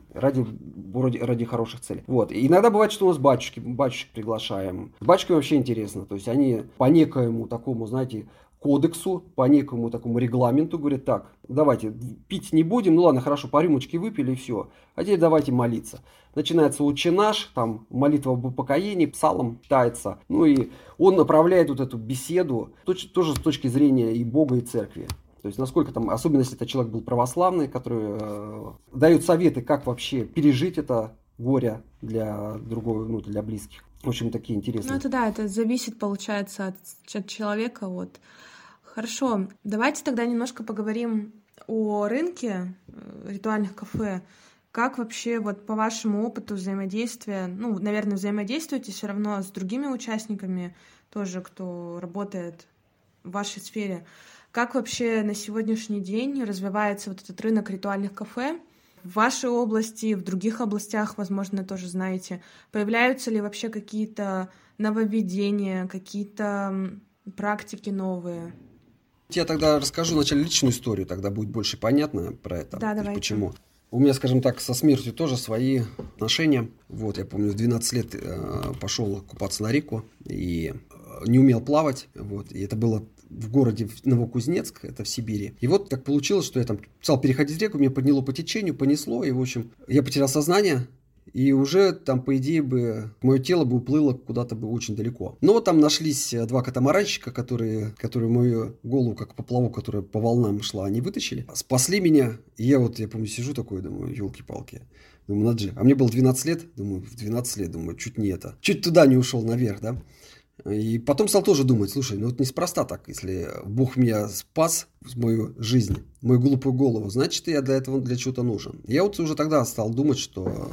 B: ради хороших целей. И иногда бывает, что у нас батюшек приглашаем. С батюшками вообще интересно, то есть они по некоему такому, знаете, кодексу, по некому такому регламенту говорят, так, давайте пить не будем, ладно, хорошо, по рюмочке выпили и все, а теперь давайте молиться. Начинается «Отче наш», молитва об упокоении, псалом читается, и он направляет эту беседу тоже с точки зрения и Бога, и церкви. То есть насколько особенно если это человек был православный, который дает советы, как вообще пережить это горе для другого, для близких. В общем, такие интересные.
A: Это зависит, получается, от человека, Хорошо, давайте тогда немножко поговорим о рынке ритуальных кафе. Как вообще, по вашему опыту взаимодействия, наверное, взаимодействуете все равно с другими участниками, тоже, кто работает в вашей сфере. Как вообще на сегодняшний день развивается этот рынок ритуальных кафе? В вашей области, в других областях, возможно, тоже знаете. Появляются ли вообще какие-то нововведения, какие-то практики новые?
B: Я тогда расскажу вначале личную историю, тогда будет больше понятно про это.
A: Да, давайте.
B: Почему. У меня, скажем так, со смертью тоже свои отношения. Я помню, в 12 лет пошел купаться на реку и не умел плавать. И это было в городе Новокузнецк, это в Сибири. И так получилось, что я стал переходить реку, меня подняло по течению, понесло, и, в общем, я потерял сознание. И уже по идее, мое тело уплыло куда-то очень далеко. Но там нашлись два катамаранщика, которые мою голову, как поплавок, которая по волнам шла, они вытащили. Спасли меня. И я помню, сижу такой, думаю, елки-палки. Думаю, надо же. А мне было 12 лет. Думаю, в 12 лет, чуть туда не ушел наверх, да. И потом стал тоже думать, слушай, неспроста так, если Бог меня спас в мою жизнь, мою глупую голову, значит, я для чего-то нужен. Я уже тогда стал думать, что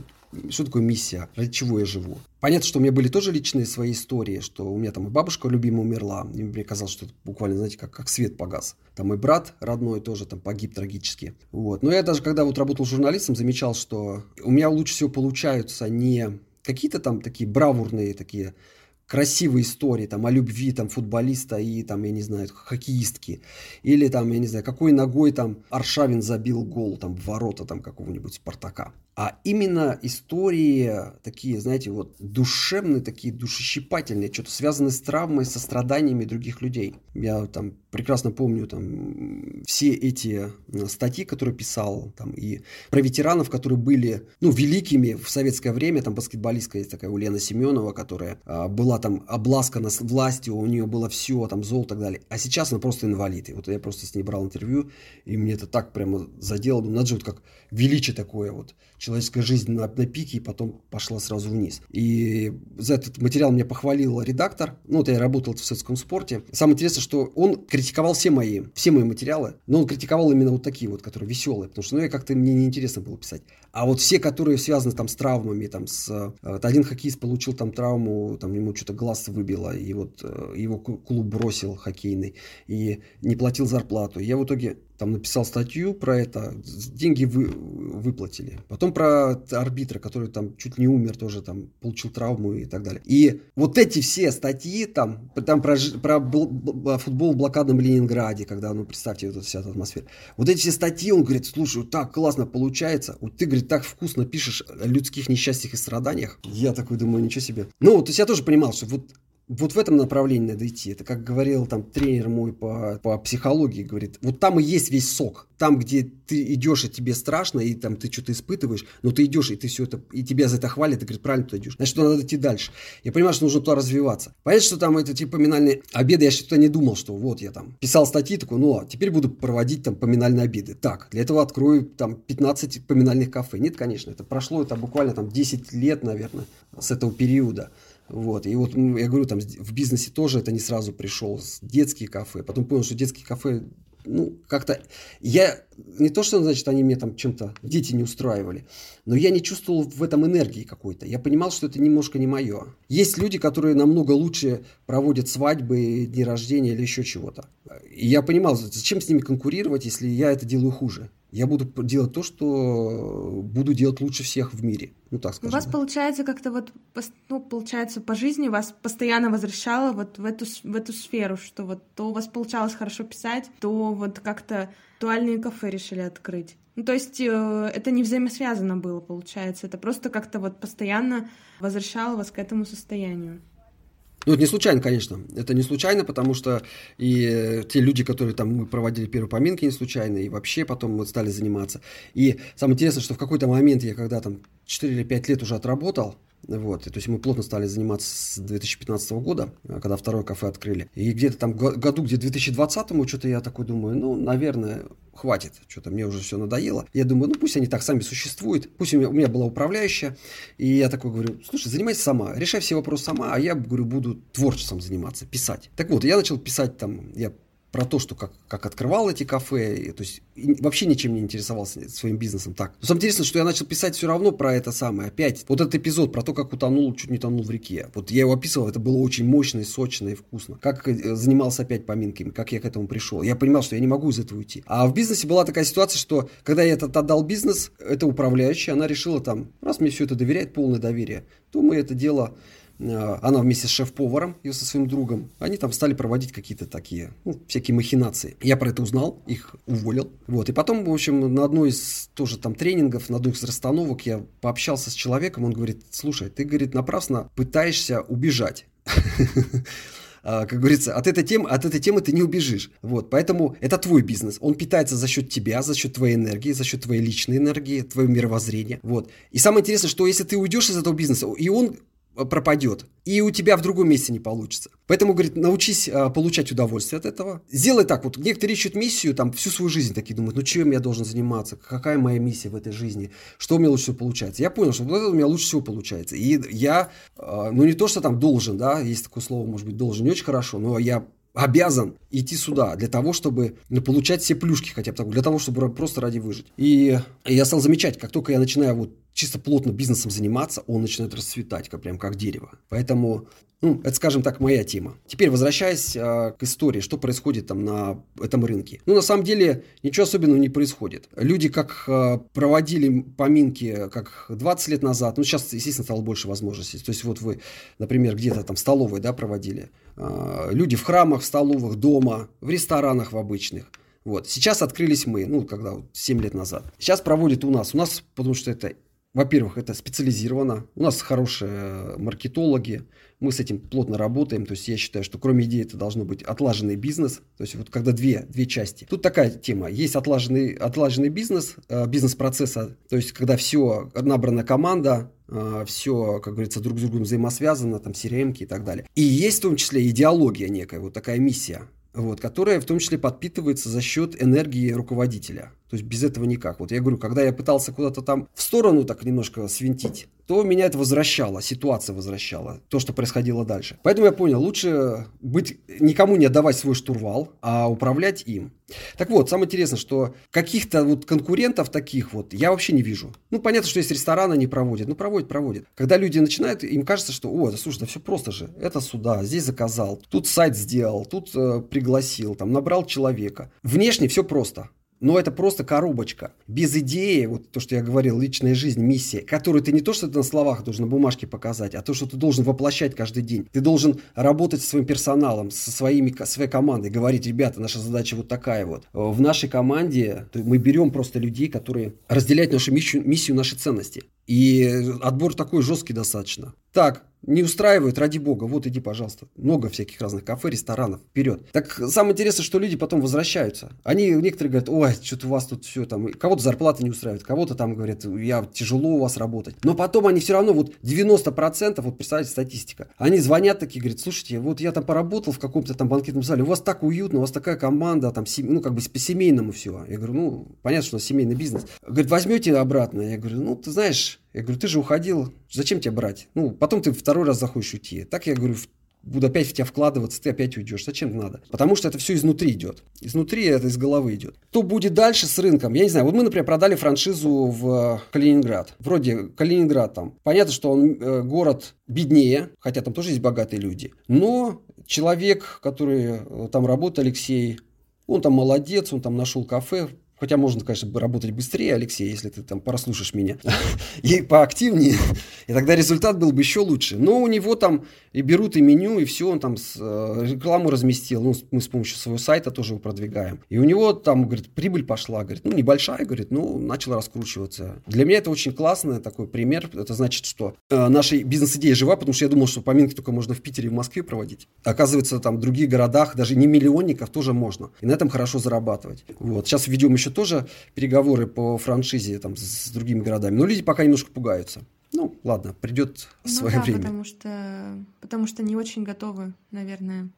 B: такое миссия, ради чего я живу. Понятно, что у меня были тоже личные свои истории, что у меня и бабушка любимая умерла, и мне казалось, что это буквально, знаете, как свет погас. Мой брат родной тоже погиб трагически. Но я даже, когда работал журналистом, замечал, что у меня лучше всего получаются не какие-то такие бравурные, такие красивые истории о любви футболиста и я не знаю, хоккеистки. Или я не знаю, какой ногой Аршавин забил гол в ворота какого-нибудь Спартака. А именно истории такие, знаете, душевные, такие душещипательные, что-то связанное с травмой, со страданиями других людей. Я прекрасно помню все эти статьи, которые писал, и про ветеранов, которые были, великими в советское время. Баскетболистка есть такая Ульяна Семенова, которая была обласкана властью, у нее было все, золото и так далее. А сейчас она просто инвалид. И я просто с ней брал интервью, и мне это так прямо задело. Надо же, как величие такое, человеческая жизнь на пике, и потом пошла сразу вниз. И за этот материал меня похвалил редактор. Я работал в советском спорте. Самое интересное, что он критиковал все мои материалы, но он критиковал именно такие которые веселые, потому что как-то мне неинтересно было писать. А все, которые связаны с травмами, один хоккеист получил травму, ему что-то глаз выбило, и его клуб бросил хоккейный, и не платил зарплату. Я в итоге написал статью про это, деньги выплатили. Потом про арбитра, который чуть не умер, тоже получил травму и так далее. И эти все статьи, про футбол в блокадном Ленинграде, когда, представьте, вся эта атмосфера. Эти все статьи, он говорит, слушай, так классно получается, ты, говорит, так вкусно пишешь о людских несчастьях и страданиях. Я такой думаю, ничего себе. То есть я тоже понимал, что Вот в этом направлении надо идти. Это как говорил там тренер мой по психологии, говорит, вот там и есть весь сок. Там, где ты идешь, и тебе страшно, и там ты что-то испытываешь, но ты идешь, и ты все это, и тебя за это хвалят, и говорит, правильно туда идешь. Значит, надо идти дальше. Я понимаю, что нужно туда развиваться. Понятно, что там это типа поминальные обеды, я что-то не думал, что вот я там писал статьи, такой, ну, а теперь буду проводить там поминальные обеды. Так, для этого открою там 15 поминальных кафе. Нет, конечно, это прошло, это буквально там 10 лет, наверное, с этого периода. Вот, и вот я говорю, там в бизнесе тоже это не сразу пришел, детские кафе, потом понял, что детские кафе, ну, как-то, я, не то, что, значит, они мне там чем-то, дети не устраивали, но я не чувствовал в этом энергии какой-то, я понимал, что это немножко не мое. Есть люди, которые намного лучше проводят свадьбы, дни рождения или еще чего-то, и я понимал, зачем с ними конкурировать, если я это делаю хуже. Я буду делать то, что буду делать лучше всех в мире. Ну, так скажем.
A: У вас, получается, как-то вот, ну, получается, по жизни вас постоянно возвращало вот в эту сферу, что вот то у вас получалось хорошо писать, то вот как-то виртуальные кафе решили открыть. Ну, то есть это не взаимосвязано было, получается. Это просто как-то вот постоянно возвращало вас к этому состоянию.
B: Ну, это не случайно, конечно. Это не случайно, потому что и те люди, которые там мы проводили первые поминки, не случайно, и вообще потом мы стали заниматься. И самое интересное, что в какой-то момент я когда там 4 или 5 лет уже отработал, вот, и, то есть мы плотно стали заниматься с 2015 года, когда второе кафе открыли. И где-то там году, где 2020-му, что-то я такой думаю, ну, наверное, хватит, что-то мне уже все надоело. Я думаю, ну, пусть они так сами существуют, пусть у меня была управляющая. И я такой говорю, слушай, занимайся сама, решай все вопросы сама, а я, говорю, буду творчеством заниматься, писать. Так вот, я начал писать там, я про то, что как открывал эти кафе, то есть вообще ничем не интересовался своим бизнесом так. Но самое интересное, что я начал писать все равно про это самое. Опять, вот этот эпизод про то, как чуть не тонул в реке. Вот я его описывал, это было очень мощно, и сочно и вкусно. Как занимался опять поминками, как я к этому пришел. Я понимал, что я не могу из этого уйти. А в бизнесе была такая ситуация, что когда я этот отдал бизнес, эта управляющая, она решила там, раз мне все это доверяет, полное доверие, то мы это дело... Она вместе с шеф-поваром и со своим другом, они там стали проводить какие-то такие, ну, всякие махинации. Я про это узнал, их уволил. Вот. И потом, в общем, на одной из тоже там тренингов, на одной из расстановок я пообщался с человеком, он говорит, слушай, ты, говорит, напрасно пытаешься убежать. Как говорится, от этой темы ты не убежишь. Вот, поэтому это твой бизнес. Он питается за счет тебя, за счет твоей энергии, за счет твоей личной энергии, твоего мировоззрения. Вот. И самое интересное, что если ты уйдешь из этого бизнеса, и он пропадет, и у тебя в другом месте не получится. Поэтому, говорит, научись получать удовольствие от этого. Сделай так, вот некоторые ищут миссию, там, всю свою жизнь такие думают, ну, чем я должен заниматься, какая моя миссия в этой жизни, что у меня лучше всего получается. Я понял, что вот это у меня лучше всего получается. И я, ну, не то, что там должен, да, есть такое слово, может быть, должен не очень хорошо, но я обязан идти сюда для того, чтобы получать все плюшки хотя бы так, для того, чтобы просто ради выжить. И я стал замечать, как только я начинаю вот чисто плотно бизнесом заниматься, он начинает расцветать, прям как дерево. Поэтому, ну, это, скажем так, моя тема. Теперь, возвращаясь к истории, что происходит там на этом рынке. Ну, на самом деле, ничего особенного не происходит. Люди как проводили поминки, как 20 лет назад, ну, сейчас, естественно, стало больше возможностей. То есть, вот вы, например, где-то там в столовой, да, проводили. Люди в храмах, в столовых, дома, в ресторанах в обычных. Вот. Сейчас открылись мы, ну, когда вот 7 лет назад. Сейчас проводят у нас, потому что это, во-первых, это специализировано, у нас хорошие маркетологи, мы с этим плотно работаем, то есть я считаю, что кроме идеи это должно быть отлаженный бизнес, то есть вот когда две части. Тут такая тема, есть отлаженный бизнес, бизнес-процесса, то есть когда все, набрана команда, все, как говорится, друг с другом взаимосвязано, там CRM-ки и так далее. И есть в том числе идеология некая, вот такая миссия, вот, которая в том числе подпитывается за счет энергии руководителя. То есть без этого никак. Вот я говорю, когда я пытался куда-то там в сторону так немножко свинтить, то меня это возвращало, ситуация возвращала, то, что происходило дальше. Поэтому я понял, лучше никому не отдавать свой штурвал, а управлять им. Так вот, самое интересное, что каких-то вот конкурентов таких вот я вообще не вижу. Ну, понятно, что есть рестораны, они проводят. Ну, проводят. Когда люди начинают, им кажется, что, слушай, да все просто же. Это сюда, здесь заказал, тут сайт сделал, тут пригласил, там, набрал человека. Внешне все просто. Но это просто коробочка. Без идеи, вот то, что я говорил, личная жизнь, миссия, которую ты не то, что ты на словах должен на бумажке показать, а то, что ты должен воплощать каждый день. Ты должен работать со своим персоналом, со своей командой, говорить, ребята, наша задача вот такая вот. В нашей команде мы берем просто людей, которые разделяют нашу миссию, наши ценности. И отбор такой жесткий достаточно. Так, не устраивают, ради бога, вот иди, пожалуйста. Много всяких разных кафе, ресторанов, вперед. Так самое интересное, что люди потом возвращаются. Некоторые говорят, ой, что-то у вас тут все там, кого-то зарплата не устраивает, кого-то там говорят, тяжело у вас работать. Но потом они все равно, вот 90%, вот представьте, статистика, они звонят такие, говорят, слушайте, вот я там поработал в каком-то там банкетном зале, у вас так уютно, у вас такая команда, там, как бы по-семейному все. Я говорю, понятно, что у нас семейный бизнес. Говорит, возьмете обратно? Я говорю, ты знаешь, ты же уходил, зачем тебе брать? Потом ты второй раз захочешь уйти. Так я говорю, буду опять в тебя вкладываться, ты опять уйдешь. Зачем надо? Потому что это все изнутри идет. Изнутри это из головы идет. Что будет дальше с рынком? Я не знаю. Вот мы, например, продали франшизу в Калининград. Вроде Калининград там. Понятно, что он город беднее, хотя там тоже есть богатые люди. Но человек, который там работает, Алексей, он там молодец, он там нашел кафе. Хотя можно, конечно, работать быстрее, Алексей, если ты там прослушаешь меня, и поактивнее, и тогда результат был бы еще лучше. Но у него там и берут и меню, и все, он там рекламу разместил, мы с помощью своего сайта тоже его продвигаем. И у него там, говорит, прибыль пошла, говорит, небольшая, говорит, начала раскручиваться. Для меня это очень классный такой пример, это значит, что наша бизнес-идея жива, потому что я думал, что поминки только можно в Питере и в Москве проводить. Оказывается, там в других городах, даже не миллионников, тоже можно. И на этом хорошо зарабатывать. Вот. Сейчас ведем еще тоже переговоры по франшизе там, с другими городами. Но люди пока немножко пугаются. Ладно, придет свое время.
A: Потому что не очень готовы, наверное.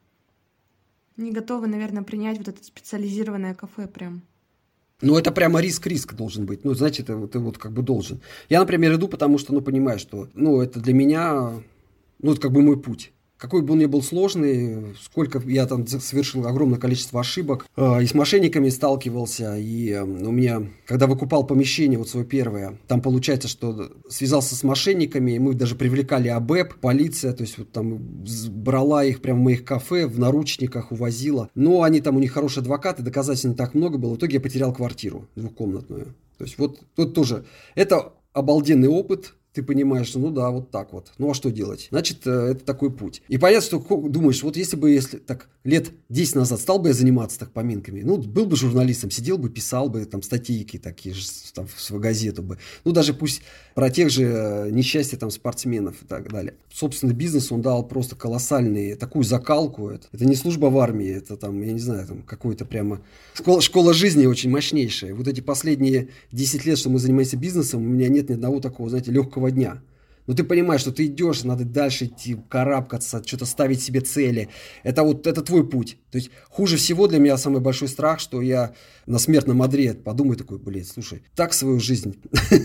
A: Не готовы, наверное, принять вот это специализированное кафе прям.
B: Это прямо риск должен быть. Знаете, ты вот как бы должен. Я, например, иду, потому что, понимаю, что, это для меня, это как бы мой путь. Какой бы он ни был сложный, сколько я там совершил огромное количество ошибок, и с мошенниками сталкивался, и у меня, когда выкупал помещение, вот свое первое, там получается, что связался с мошенниками, и мы даже привлекали АБЭП, полиция, то есть вот там брала их прямо в моих кафе, в наручниках увозила, но они там, у них хорошие адвокаты, доказательств не так много было, в итоге я потерял квартиру двухкомнатную. То есть вот тут тоже, это обалденный опыт. Ты понимаешь, что вот так вот. А что делать? Значит, это такой путь. И понятно, что думаешь, вот если так лет 10 назад стал бы я заниматься так поминками, был бы журналистом, сидел бы, писал бы там статейки такие же там, в свою газету бы. Даже пусть про тех же несчастья там спортсменов и так далее. Собственный бизнес он дал просто колоссальный, такую закалку. Это не служба в армии, это там, я не знаю, там какой-то прямо школа жизни очень мощнейшая. Вот эти последние 10 лет, что мы занимаемся бизнесом, у меня нет ни одного такого, знаете, легкого дня. Но ты понимаешь, что ты идешь, надо дальше идти, карабкаться, что-то ставить себе цели. Это твой путь. То есть хуже всего для меня самый большой страх, что я на смертном одре подумаю такой, слушай, так свою жизнь.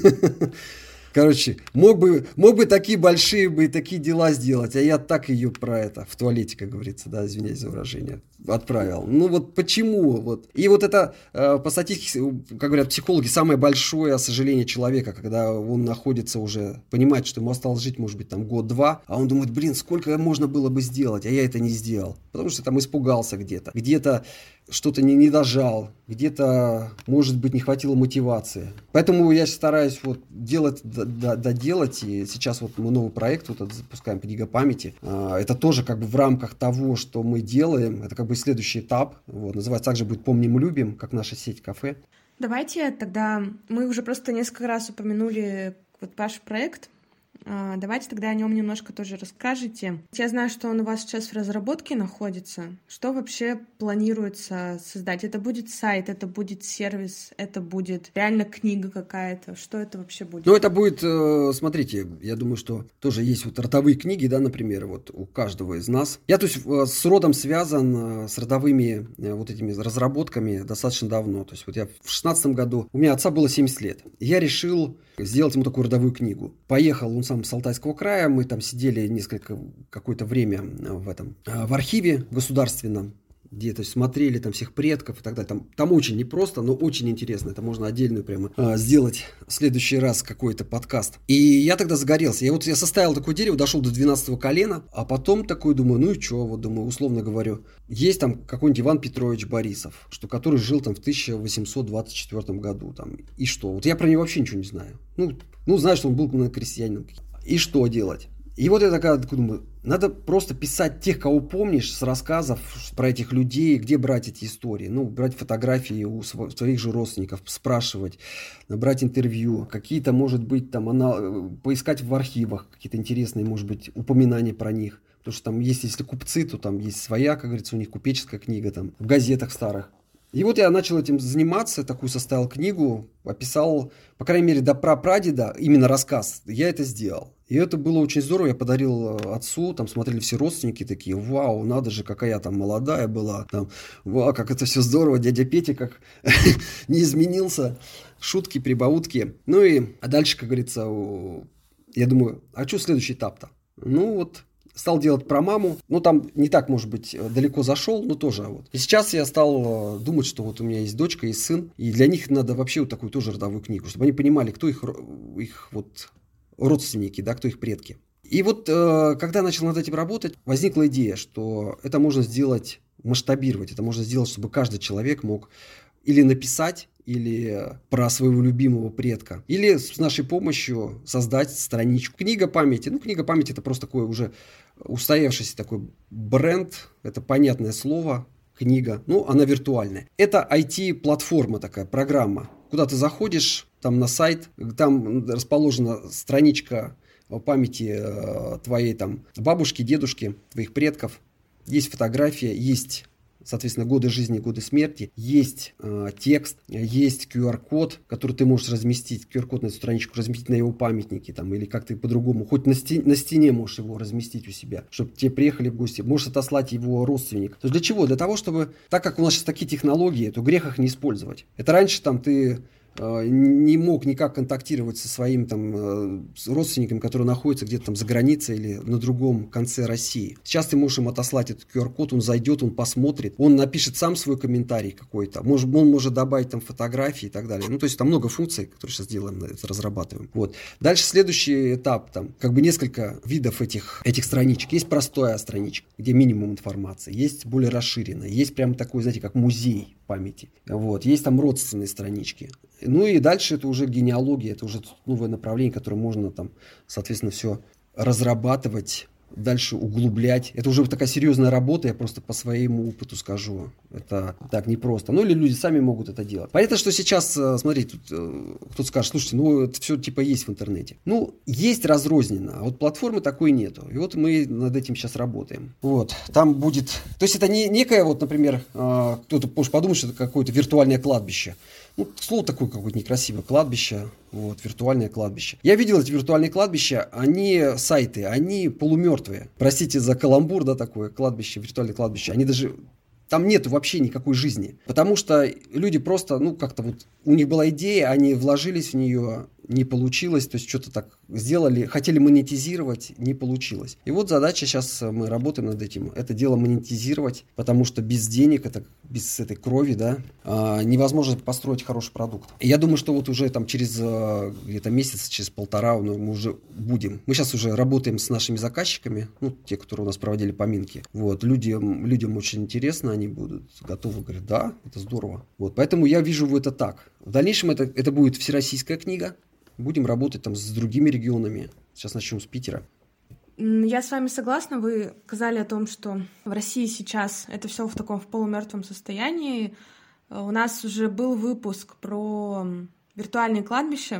B: Короче, мог бы такие большие такие дела сделать, а я так ее в туалете, как говорится, да, извиняюсь за выражение, отправил. Почему? И это, по статистике, как говорят психологи, самое большое сожаление человека, когда он находится уже, понимает, что ему осталось жить, может быть, там год-два, а он думает, сколько можно было бы сделать, а я это не сделал. Потому что там испугался где-то что-то не дожал, где-то, может быть, не хватило мотивации. Поэтому я стараюсь доделать, и сейчас мы новый проект запускаем «Книга памяти». Это тоже как бы в рамках того, что мы делаем, это как бы следующий этап. Называется также будет «Помним, любим», как наша сеть кафе.
A: Давайте тогда, мы уже просто несколько раз упомянули ваш проект. Давайте тогда о нем немножко тоже расскажете. Я знаю, что он у вас сейчас в разработке находится. Что вообще планируется создать? Это будет сайт, это будет сервис, это будет реально книга какая-то? Что это вообще будет?
B: Это будет, смотрите, я думаю, что тоже есть родовые книги, да, например, у каждого из нас. Я, то есть, с родом связан, с родовыми этими разработками достаточно давно. То есть, я в 2016 году, у меня отца было 70 лет. Я решил сделать ему такую родовую книгу. Поехал, он сам с Алтайского края, мы там сидели какое-то время в архиве государственном, где-то смотрели там всех предков и так далее. Там очень непросто, но очень интересно. Это можно отдельную прямо сделать в следующий раз какой-то подкаст. И я тогда загорелся. Я составил такое дерево, дошел до 12-го колена, а потом такой думаю, и что, условно говорю, есть там какой-нибудь Иван Петрович Борисов, который жил там в 1824 году. И что? Я про него вообще ничего не знаю. Знаю, что он был крестьянином. И что делать? И вот я такая думаю, надо просто писать тех, кого помнишь, с рассказов про этих людей, где брать эти истории. Ну, брать фотографии у своих же родственников, спрашивать, брать интервью. Какие-то, может быть, там, поискать в архивах какие-то интересные, может быть, упоминания про них. Потому что там есть, если купцы, то там есть своя, как говорится, у них купеческая книга там в газетах старых. И вот я начал этим заниматься, такую составил книгу, описал, по крайней мере, до прапрадеда, именно рассказ, я это сделал. И это было очень здорово, я подарил отцу, там смотрели все родственники такие, вау, надо же, какая я там молодая была, там, вау, как это все здорово, дядя Петя как не изменился, шутки, прибаутки. Ну и дальше, как говорится, я думаю, а что следующий этап-то? Ну вот, стал делать про маму, ну там не так, может быть, далеко зашел, но тоже вот. И сейчас я стал думать, что вот у меня есть дочка, есть сын, и для них надо вообще вот такую тоже родовую книгу, чтобы они понимали, кто их вот родственники, да, кто их предки. И вот когда начал над этим работать, возникла идея, что это можно сделать, масштабировать, это можно сделать, чтобы каждый человек мог или написать, или про своего любимого предка, или с нашей помощью создать страничку. Книга памяти. Ну, книга памяти это просто такой уже устоявшийся такой бренд, это понятное слово, книга, ну, она виртуальная. Это IT-платформа такая, программа, куда ты заходишь, там на сайт, там расположена страничка памяти твоей там бабушки, дедушки, твоих предков, есть фотография, есть, соответственно, годы жизни, годы смерти, есть текст, есть QR-код, который ты можешь разместить, QR-код на эту страничку разместить на его памятнике, там, или как-то по-другому, хоть на стене можешь его разместить у себя, чтобы тебе приехали в гости, можешь отослать его родственник. То есть для чего? Для того, чтобы, так как у нас сейчас такие технологии, то грех их не использовать. Это раньше там ты не мог никак контактировать со своим там родственником, который находится где-то там за границей или на другом конце России. Сейчас ты можешь им отослать этот QR-код, он зайдет, он посмотрит, он напишет сам свой комментарий какой-то, он может добавить там фотографии и так далее. Ну, то есть там много функций, которые сейчас делаем, это разрабатываем. Вот. Дальше следующий этап, там как бы несколько видов этих страничек. Есть простая страничка, где минимум информации, есть более расширенная, есть прям такой, знаете, как музей памяти. Вот. Есть там родственные странички. Ну и дальше это уже генеалогия, это уже новое направление, которое можно там, соответственно, все разрабатывать, дальше углублять. Это уже такая серьезная работа, я просто по своему опыту скажу. Это так непросто. Ну или люди сами могут это делать. Понятно, что сейчас, смотрите, тут кто-то скажет, слушайте, ну это все типа есть в интернете. Ну, есть разрозненно, а вот платформы такой нету. И вот мы над этим сейчас работаем. Вот, там будет... То есть это не некое, вот, например, кто-то может подумать, что это какое-то виртуальное кладбище. Ну, слово такое какое-то некрасивое, кладбище, вот, виртуальное кладбище. Я видел эти виртуальные кладбища, они сайты, они полумертвые. Простите за каламбур, да, такое кладбище, виртуальное кладбище. Они даже, там нету вообще никакой жизни. Потому что люди просто, ну, как-то вот, у них была идея, они вложились в нее, не получилось, то есть что-то так сделали, хотели монетизировать, не получилось. И вот задача, сейчас мы работаем над этим, это дело монетизировать, потому что без денег, это, без этой крови, да, невозможно построить хороший продукт. И я думаю, что вот уже там через где-то месяц, через полтора мы уже будем. Мы сейчас уже работаем с нашими заказчиками, ну, те, которые у нас проводили поминки. Вот, людям очень интересно, они будут готовы, говорят, да, это здорово. Вот, поэтому я вижу это так. В дальнейшем это будет всероссийская книга. Будем работать там с другими регионами. Сейчас начнем с Питера.
A: Я с вами согласна. Вы сказали о том, что в России сейчас это все в таком в полумертвом состоянии. У нас уже был выпуск про виртуальные кладбища.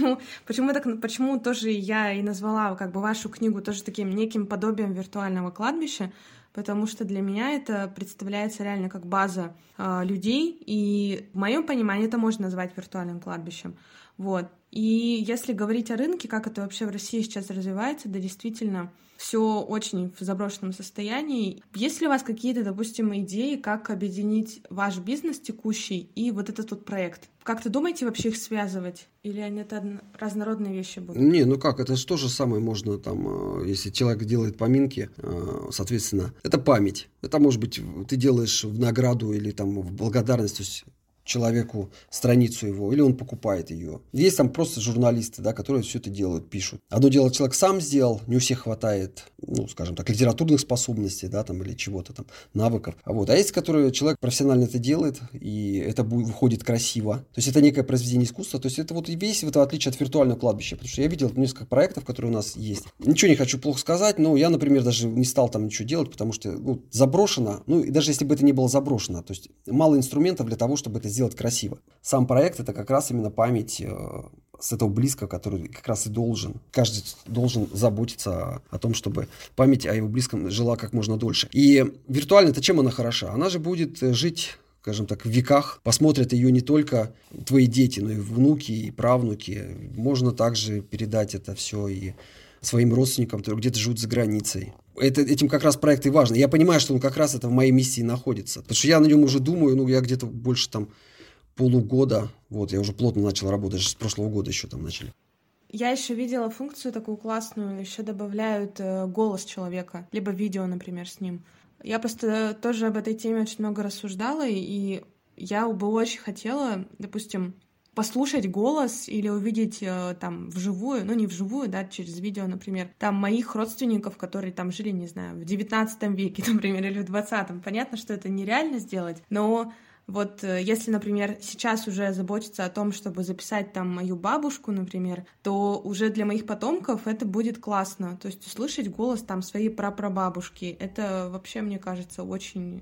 A: Почему тоже я и назвала как бы вашу книгу тоже таким неким подобием виртуального кладбища, потому что для меня это представляется реально как база людей, и в моем понимании это можно назвать виртуальным кладбищем. Вот. И если говорить о рынке, как это вообще в России сейчас развивается, да, действительно, все очень в заброшенном состоянии. Есть ли у вас какие-то, допустим, идеи, как объединить ваш бизнес текущий и вот этот вот проект? Как ты думаете вообще их связывать? Или они это разнородные вещи будут?
B: Не, ну как, это же то же самое можно там, если человек делает поминки, соответственно, это память. Это может быть ты делаешь в награду или там в благодарность, то есть человеку страницу его, или он покупает ее. Есть там просто журналисты, да, которые все это делают, пишут. Одно дело человек сам сделал, не у всех хватает, ну, скажем так, литературных способностей, да, там, или чего-то там, навыков. Вот. А есть, которые человек профессионально это делает, и это выходит красиво. То есть это некое произведение искусства. То есть это вот и весь в отличие от виртуального кладбища. Потому что я видел несколько проектов, которые у нас есть. Ничего не хочу плохо сказать, но я, например, даже не стал там ничего делать, потому что заброшено. Ну, и даже если бы это не было заброшено, то есть мало инструментов для того, чтобы это сделать красиво. Сам проект — это как раз именно память с этого близкого, который как раз и должен. Каждый должен заботиться о том, чтобы память о его близком жила как можно дольше. И виртуально-то чем она хороша? Она же будет жить, скажем так, в веках. Посмотрят ее не только твои дети, но и внуки, и правнуки. Можно также передать это все и своим родственникам, которые где-то живут за границей. Этим как раз проект и важен. Я понимаю, что он как раз это в моей миссии находится. Потому что я на нем уже думаю, я где-то больше там полугода. Вот, я уже плотно начал работать, даже с прошлого года еще там начали.
A: Я еще видела функцию такую классную, еще добавляют голос человека, либо видео, например, с ним. Я просто тоже об этой теме очень много рассуждала, и я бы очень хотела, допустим, послушать голос или увидеть там вживую, ну не вживую, да, через видео, например, там моих родственников, которые там жили, не знаю, в 19 веке, например, или в 20-м. Понятно, что это нереально сделать, но вот если, например, сейчас уже заботиться о том, чтобы записать там мою бабушку, например, то уже для моих потомков это будет классно. То есть услышать голос там своей прапрабабушки, это вообще, мне кажется, очень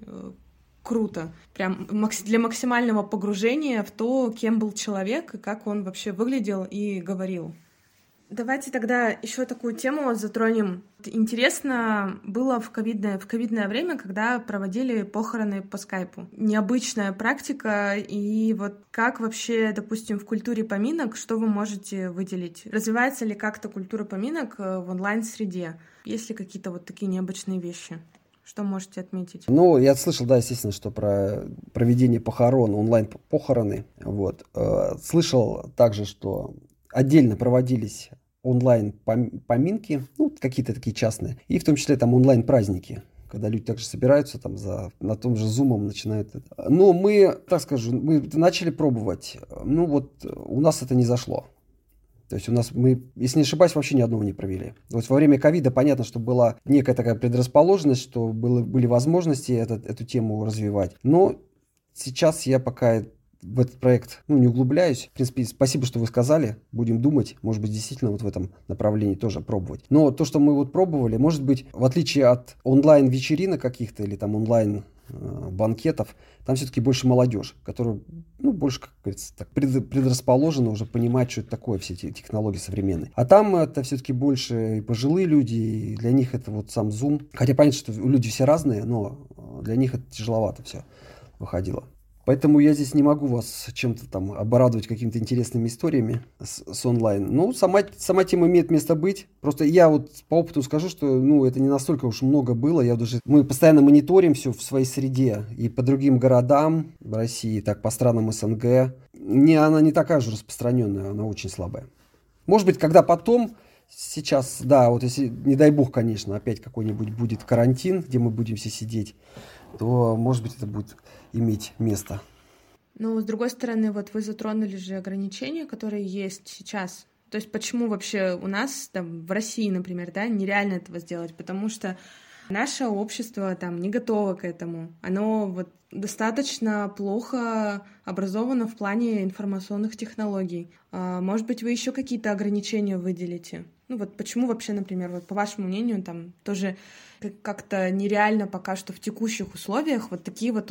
A: круто. Прям для максимального погружения в то, кем был человек и как он вообще выглядел и говорил. Давайте тогда еще такую тему затронем. Интересно было в ковидное время, когда проводили похороны по скайпу. Необычная практика, и вот как вообще, допустим, в культуре поминок, что вы можете выделить? Развивается ли как-то культура поминок в онлайн-среде? Есть ли какие-то вот такие необычные вещи? Что можете отметить?
B: Ну, я слышал, да, естественно, что про проведение похорон, онлайн-похороны. Вот. Слышал также, что отдельно проводились онлайн-поминки, ну, какие-то такие частные, и в том числе там онлайн-праздники, когда люди также собираются там на том же Zoom начинают это. Но мы, так скажу, мы начали пробовать, ну вот у нас это не зашло. То есть мы, если не ошибаюсь, вообще ни одного не провели. Вот во время ковида понятно, что была некая такая предрасположенность, что были возможности эту тему развивать. Но сейчас я пока в этот проект не углубляюсь. В принципе, спасибо, что вы сказали. Будем думать, может быть, действительно вот в этом направлении тоже пробовать. Но то, что мы вот пробовали, может быть, в отличие от онлайн-вечеринок каких-то или там онлайн-банкетов, там все-таки больше молодежь, которая, больше, как говорится, так предрасположена уже понимать, что это такое, все эти технологии современные. А там это все-таки больше и пожилые люди, и для них это вот сам Zoom. Хотя понятно, что люди все разные, но для них это тяжеловато все выходило. Поэтому я здесь не могу вас чем-то там обрадовать какими-то интересными историями с онлайн. Ну, сама тема имеет место быть. Просто я вот по опыту скажу, что это не настолько уж много было. Мы постоянно мониторим все в своей среде. И по другим городам в России, так по странам СНГ. Она не такая же распространенная, она очень слабая. Может быть, когда потом, сейчас, да, вот если, не дай бог, конечно, опять какой-нибудь будет карантин, где мы будем все сидеть, то, может быть, это будет иметь место.
A: Ну, с другой стороны, вот вы затронули же ограничения, которые есть сейчас. То есть почему вообще у нас, там, в России, например, да, нереально этого сделать? Потому что наше общество там не готово к этому. Оно вот достаточно плохо образовано в плане информационных технологий. Может быть, вы еще какие-то ограничения выделите? Ну вот почему вообще, например, вот по вашему мнению, там тоже как-то нереально пока что в текущих условиях вот такие вот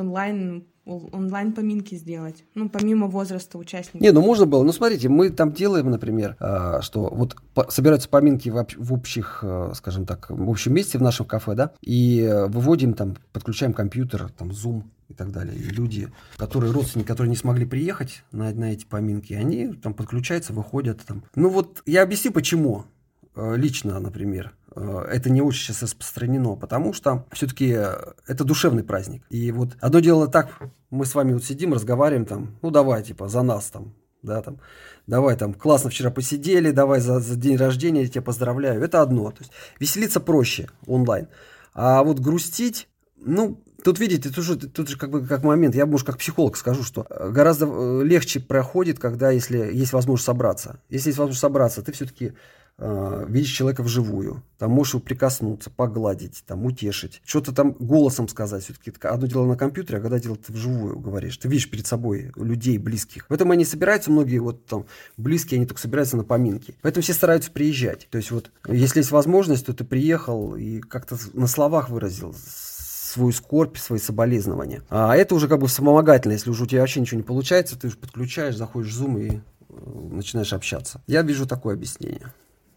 A: онлайн-поминки сделать? Ну, помимо возраста участников.
B: Не, можно было. Смотрите, мы там делаем, например, что вот собираются поминки в общих, скажем так, в общем месте в нашем кафе, да, и выводим там, подключаем компьютер, там, Zoom и так далее. И люди, родственники, которые не смогли приехать на эти поминки, они там подключаются, выходят там. Ну вот, я объясню, почему. Лично, например, это не очень сейчас распространено, потому что все-таки это душевный праздник. И вот одно дело так, мы с вами вот сидим, разговариваем там, давай, типа, за нас там, да, там, давай там, классно вчера посидели, давай за день рождения, я тебя поздравляю. Это одно, то есть веселиться проще онлайн. А вот грустить, Тут, видите, тут же как момент, я, может, как психолог скажу, что гораздо легче проходит, когда, если есть возможность собраться. Если есть возможность собраться, ты все-таки видишь человека вживую, там можешь его прикоснуться, погладить, там, утешить, что-то там голосом сказать. Все-таки одно дело на компьютере, а когда дело ты вживую говоришь, ты видишь перед собой людей близких. Поэтому они собираются, многие вот там близкие, они только собираются на поминки. Поэтому все стараются приезжать. То есть вот, если есть возможность, то ты приехал и как-то на словах выразил свою скорбь, свои соболезнования. А это уже как бы вспомогательно. Если уже у тебя вообще ничего не получается, ты уже подключаешь, заходишь в Zoom и начинаешь общаться. Я вижу такое объяснение.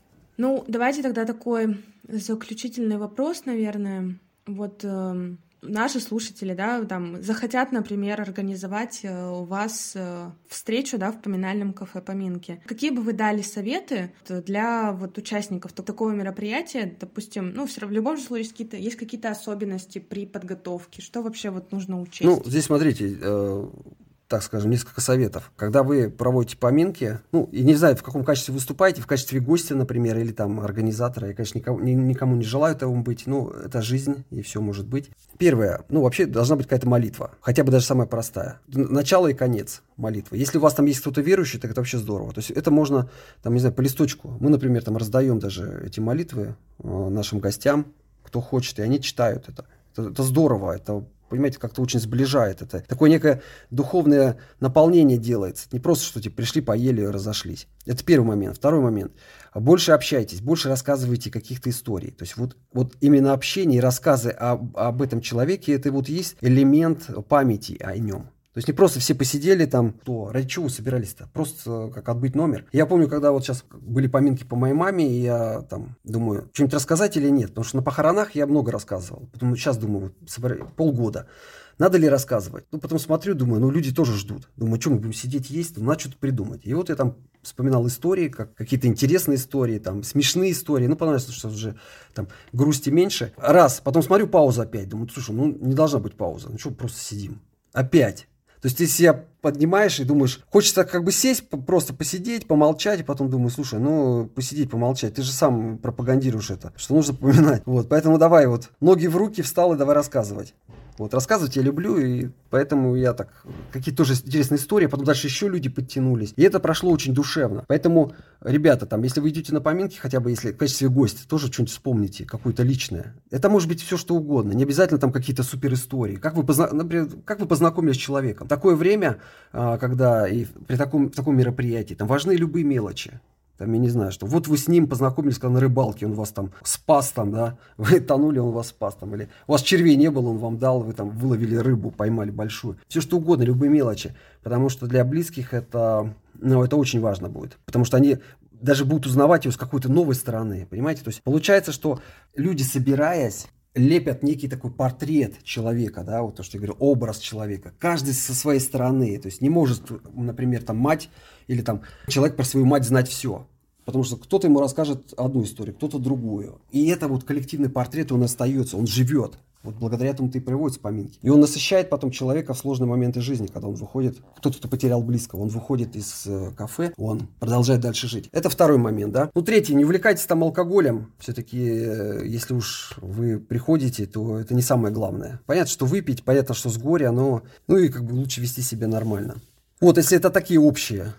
A: Ну, давайте тогда такой заключительный вопрос, наверное. Вот наши слушатели, да, там захотят, например, организовать у вас встречу, да, в поминальном кафе поминки. Какие бы вы дали советы для вот участников такого мероприятия? Допустим, ну, в любом случае есть какие-то особенности при подготовке. Что вообще вот нужно учесть?
B: Ну, здесь смотрите, так скажем, несколько советов. Когда вы проводите поминки, ну, и не знаю, в каком качестве выступаете, в качестве гостя, например, или там организатора, я, конечно, никому не желаю этого быть, ну, это жизнь, и все может быть. Первое, ну, вообще должна быть какая-то молитва, хотя бы даже самая простая. Начало и конец молитвы. Если у вас там есть кто-то верующий, так это вообще здорово. То есть это можно, там, не знаю, по листочку. Мы, например, там раздаем даже эти молитвы нашим гостям, кто хочет, и они читают это. Это здорово, это, понимаете, как-то очень сближает. Это такое некое духовное наполнение делается. Не просто, что типа пришли, поели, разошлись. Это первый момент. Второй момент. Больше общайтесь, больше рассказывайте каких-то историй. То есть вот именно общение и рассказы об этом человеке, это вот есть элемент памяти о нем. То есть не просто все посидели там, то ради чего собирались-то? Просто как отбыть номер. Я помню, когда вот сейчас были поминки по моей маме, и я там думаю, что-нибудь рассказать или нет? Потому что на похоронах я много рассказывал. Потом сейчас думаю, полгода. Надо ли рассказывать? Ну, потом смотрю, думаю, ну, люди тоже ждут. Думаю, что мы будем сидеть есть? Надо что-то придумать. И вот я там вспоминал истории, какие-то интересные истории, там, смешные истории. Ну, понравилось, что уже там грусти меньше. Раз, потом смотрю, пауза опять. Думаю, слушай, ну, не должна быть пауза. Ну, что, просто сидим. Опять. То есть ты себя поднимаешь и думаешь, хочется как бы сесть, просто посидеть, помолчать, и потом думаю, слушай, ну, посидеть, помолчать, ты же сам пропагандируешь это, что нужно поминать. Вот, поэтому давай вот, ноги в руки, встал и давай рассказывать. Вот, рассказывать я люблю, и поэтому я так, какие-то тоже интересные истории, потом дальше еще люди подтянулись, и это прошло очень душевно. Поэтому, ребята, там, если вы идете на поминки, хотя бы если в качестве гостя, тоже что-нибудь вспомните, какое-то личное. Это может быть все, что угодно, не обязательно там какие-то супер истории. Например, как вы познакомились с человеком? Такое время, когда и в таком мероприятии, там важны любые мелочи. Там, я не знаю, что вот вы с ним познакомились, когда на рыбалке, он вас там спас, там, да, вы тонули, он вас спас, там, или у вас червей не было, он вам дал, вы там выловили рыбу, поймали большую. Все что угодно, любые мелочи, потому что для близких это, ну, это очень важно будет, потому что они даже будут узнавать его с какой-то новой стороны, понимаете? То есть получается, что люди, собираясь, лепят некий такой портрет человека, да, вот то, что я говорю, образ человека, каждый со своей стороны, то есть не может, например, там мать или там человек про свою мать знать все, потому что кто-то ему расскажет одну историю, кто-то другую, и это вот коллективный портрет, он остается, он живет, вот благодаря этому-то и проводятся поминки, и он насыщает потом человека в сложные моменты жизни, когда он выходит, кто-то, кто потерял близкого, он выходит из кафе, он продолжает дальше жить. Это второй момент, да. Ну, третий, не увлекайтесь там алкоголем, все-таки, если уж вы приходите, то это не самое главное. Понятно, что выпить, понятно, что с горя, но, ну и как бы лучше вести себя нормально. Вот, если это такие общие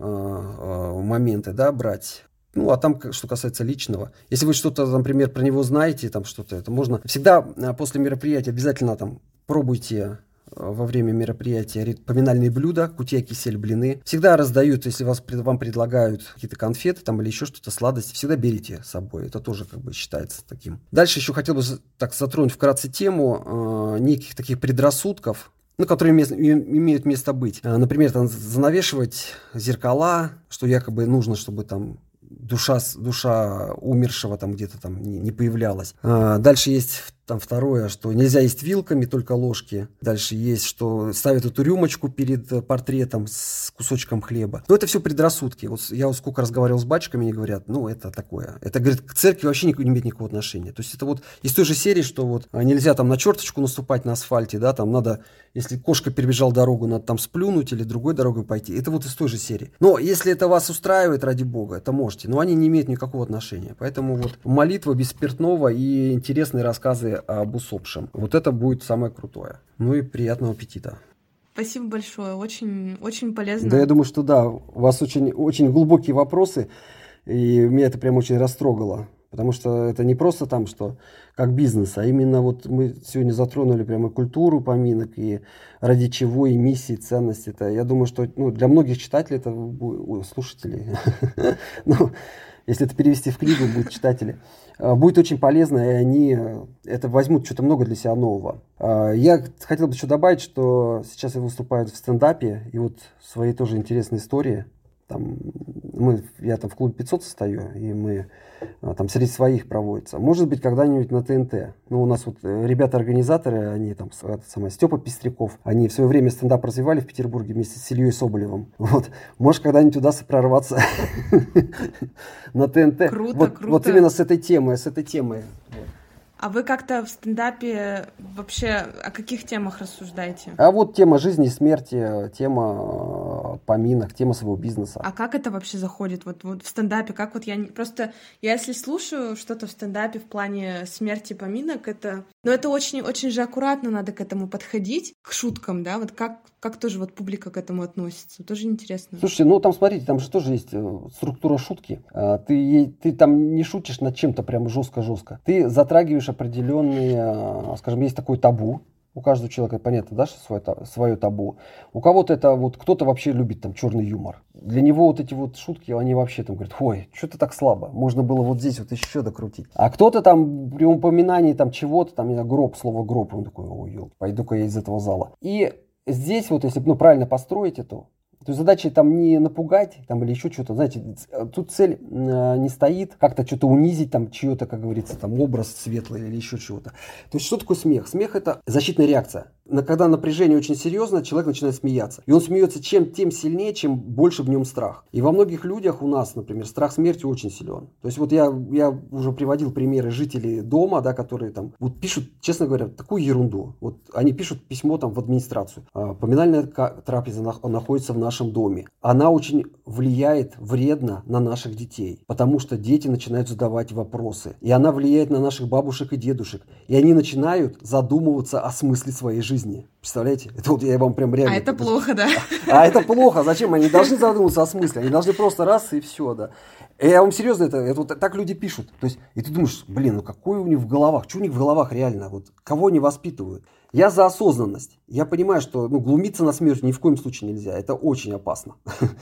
B: моменты, да, брать. Ну, а там, что касается личного, если вы что-то, например, про него знаете, там что-то, это можно... Всегда после мероприятия обязательно там пробуйте во время мероприятия поминальные блюда, кутья, кисель, блины. Всегда раздают, если вам предлагают какие-то конфеты там или еще что-то, сладости, всегда берите с собой. Это тоже как бы считается таким. Дальше еще хотел бы так затронуть вкратце тему неких таких предрассудков, ну, которые имеют место быть. Например, там занавешивать зеркала, что якобы нужно, чтобы там душа умершего там где-то там не появлялась. Дальше есть там второе, что нельзя есть вилками, только ложки. Дальше есть, что ставят эту рюмочку перед портретом с кусочком хлеба. Но это все предрассудки. Вот я вот сколько разговаривал с батюшками, они говорят, ну, это такое. Это, говорит, к церкви вообще не имеет никакого отношения. То есть это вот из той же серии, что вот нельзя там на черточку наступать на асфальте, да, там надо, если кошка перебежала дорогу, надо там сплюнуть или другой дорогой пойти. Это вот из той же серии. Но если это вас устраивает, ради бога, это можете. но они не имеют никакого отношения. Поэтому вот молитва без спиртного и интересные рассказы об усопшем. Вот это будет самое крутое. Ну и приятного аппетита.
A: Спасибо большое, очень, очень полезно.
B: Да, я думаю, что да, у вас очень, очень глубокие вопросы, и меня это прям очень растрогало. Потому что это не просто там, что как бизнес, а именно вот мы сегодня затронули прямо культуру поминок, и ради чего, и миссии, ценности. Это, я думаю, что для многих читателей, слушателей, ну, если это перевести в книгу, будут читатели, будет очень полезно, и они это возьмут что-то много для себя нового. Я хотел бы еще добавить, что сейчас я выступаю в стендапе, и вот свои тоже интересные истории. Там, я там в клубе 500 состою, и мы там среди своих проводится. Может быть, когда-нибудь на ТНТ. Ну, у нас вот ребята-организаторы, они там, Степа Пестряков, они в свое время стендап развивали в Петербурге вместе с Ильей Соболевым. Вот. Может, когда-нибудь удастся прорваться на ТНТ.
A: Круто, круто.
B: Вот именно с этой темой.
A: А вы как-то в стендапе вообще о каких темах рассуждаете?
B: А вот тема жизни и смерти, тема поминок, тема своего бизнеса.
A: А как это вообще заходит вот в стендапе? Как вот я если слушаю что-то в стендапе в плане смерти и поминок, это очень, очень же аккуратно надо к этому подходить, к шуткам, да? Вот как тоже вот публика к этому относится? Тоже интересно.
B: Слушайте, там смотрите, там же тоже есть структура шутки. Ты там не шутишь над чем-то прям жестко-жестко. Ты затрагиваешь определенные, скажем, есть такое табу. У каждого человека, понятно, да, что свое табу. У кого-то это кто-то вообще любит там черный юмор. Для него вот эти вот шутки, они вообще там говорят, ой, что-то так слабо, можно было вот здесь вот еще докрутить. А кто-то там при упоминании там чего-то, там, слово гроб, он такой, ой, пойду-ка я из этого зала. И здесь вот, если правильно построить эту, то есть задача там не напугать там, или еще что-то. Знаете, тут цель не стоит как-то что-то унизить, там чье-то, как говорится, там образ светлый или еще чего-то. То есть что такое смех? Смех – это защитная реакция. Когда напряжение очень серьезно, человек начинает смеяться. И он смеется тем сильнее, чем больше в нем страх. И во многих людях у нас, например, страх смерти очень силен. То есть вот я уже приводил примеры жителей дома, да, которые там вот пишут, честно говоря, такую ерунду. Вот они пишут письмо там в администрацию. Поминальная трапеза находится в нашем доме. Она очень влияет вредно на наших детей, потому что дети начинают задавать вопросы. И она влияет на наших бабушек и дедушек. И они начинают задумываться о смысле своей жизни. Представляете? Это вот я вам прям реально...
A: А это плохо, да?
B: А это плохо. Зачем? Они должны задумываться о смысле. Они должны просто раз и все, да. И я вам серьезно, это вот так люди пишут. То есть, и ты думаешь, какой у них в головах? Что у них в головах реально? Вот кого они воспитывают? Я за осознанность. Я понимаю, что глумиться на смерть ни в коем случае нельзя. Это очень опасно.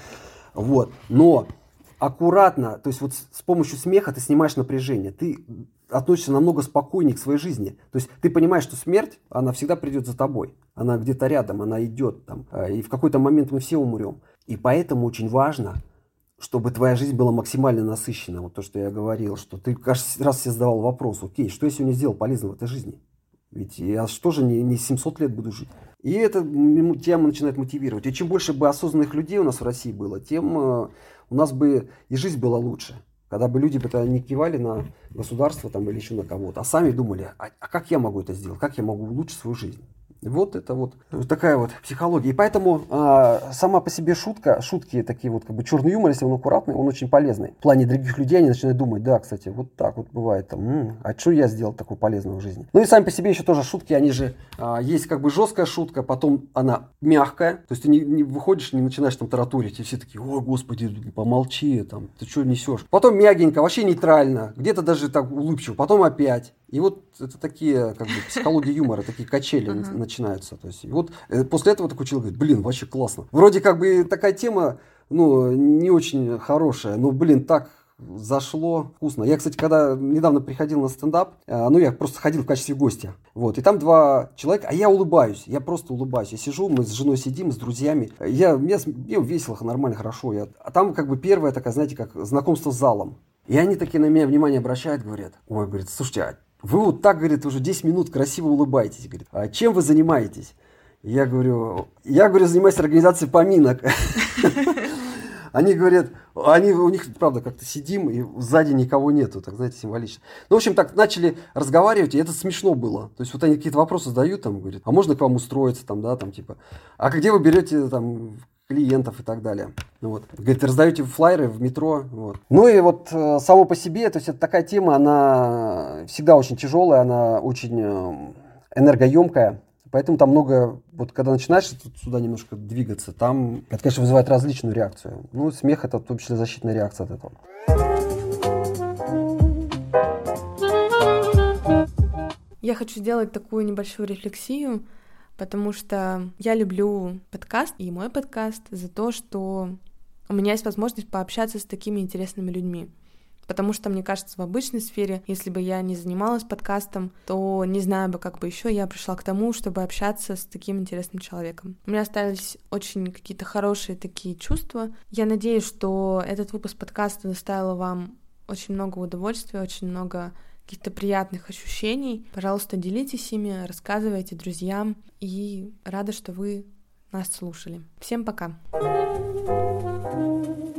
B: Вот. Но аккуратно, то есть вот с помощью смеха ты снимаешь напряжение. Ты относишься намного спокойнее к своей жизни. То есть ты понимаешь, что смерть, она всегда придет за тобой. Она где-то рядом, она идет там. И в какой-то момент мы все умрем. И поэтому очень важно, чтобы твоя жизнь была максимально насыщена. Вот то, что я говорил, что ты каждый раз себе задавал вопрос, окей, что я сегодня сделал полезного в этой жизни? Ведь я что же не 700 лет буду жить? И эта тема начинает мотивировать. И чем больше бы осознанных людей у нас в России было, тем у нас бы и жизнь была лучше. Когда бы люди не кивали на государство там, или еще на кого-то, а сами думали, а как я могу это сделать, как я могу улучшить свою жизнь. Вот это вот такая вот психология. И поэтому сама по себе шутки такие вот, черный юмор, если он аккуратный, он очень полезный. В плане других людей они начинают думать, да, кстати, вот так вот бывает там, а что я сделал такого полезного в жизни? Ну и сами по себе еще тоже шутки, они же, есть жесткая шутка, потом она мягкая, то есть ты не выходишь, не начинаешь там таратурить, и все такие, ой, господи, помолчи, там, ты что несешь? Потом мягенько, вообще нейтрально, где-то даже так улыбчиво, потом опять. И вот это такие, психология юмора, такие качели начинаются. То есть, и вот после этого такой человек говорит, вообще классно. Вроде такая тема, не очень хорошая, но, так зашло вкусно. Я, кстати, когда недавно приходил на стендап, я просто ходил в качестве гостя. Вот, и там два человека, а я улыбаюсь, я просто улыбаюсь. Я сижу, мы с женой сидим, с друзьями. Мне весело, нормально, хорошо. А там первая такая, знаете, как знакомство с залом. И они такие на меня внимание обращают, говорят, слушайте, вы вот так, говорит, уже 10 минут красиво улыбаетесь. Говорит, а чем вы занимаетесь? Я говорю, занимаюсь организацией поминок. Они говорят, у них, правда, как-то сидим, и сзади никого нету, так, знаете, символично. В общем, так начали разговаривать, и это смешно было. То есть вот они какие-то вопросы задают, там, говорят, а можно к вам устроиться, там, да, там, типа, а где вы берете, там, клиентов и так далее. Вот. Говорит, раздаете флайеры в метро. Вот. Ну и вот само по себе, то есть это такая тема, она всегда очень тяжелая, она очень энергоемкая. Поэтому там много, вот когда начинаешь сюда немножко двигаться, там это, конечно, вызывает различную реакцию. Ну, смех — это в том числе защитная реакция от этого.
A: Я хочу сделать такую небольшую рефлексию, потому что я люблю подкаст и мой подкаст за то, что у меня есть возможность пообщаться с такими интересными людьми. Потому что, мне кажется, в обычной сфере, если бы я не занималась подкастом, то не знаю бы, как бы еще я пришла к тому, чтобы общаться с таким интересным человеком. У меня остались очень какие-то хорошие такие чувства. Я надеюсь, что этот выпуск подкаста доставил вам очень много удовольствия, очень много каких-то приятных ощущений. Пожалуйста, делитесь ими, рассказывайте друзьям. И рада, что вы нас слушали. Всем пока!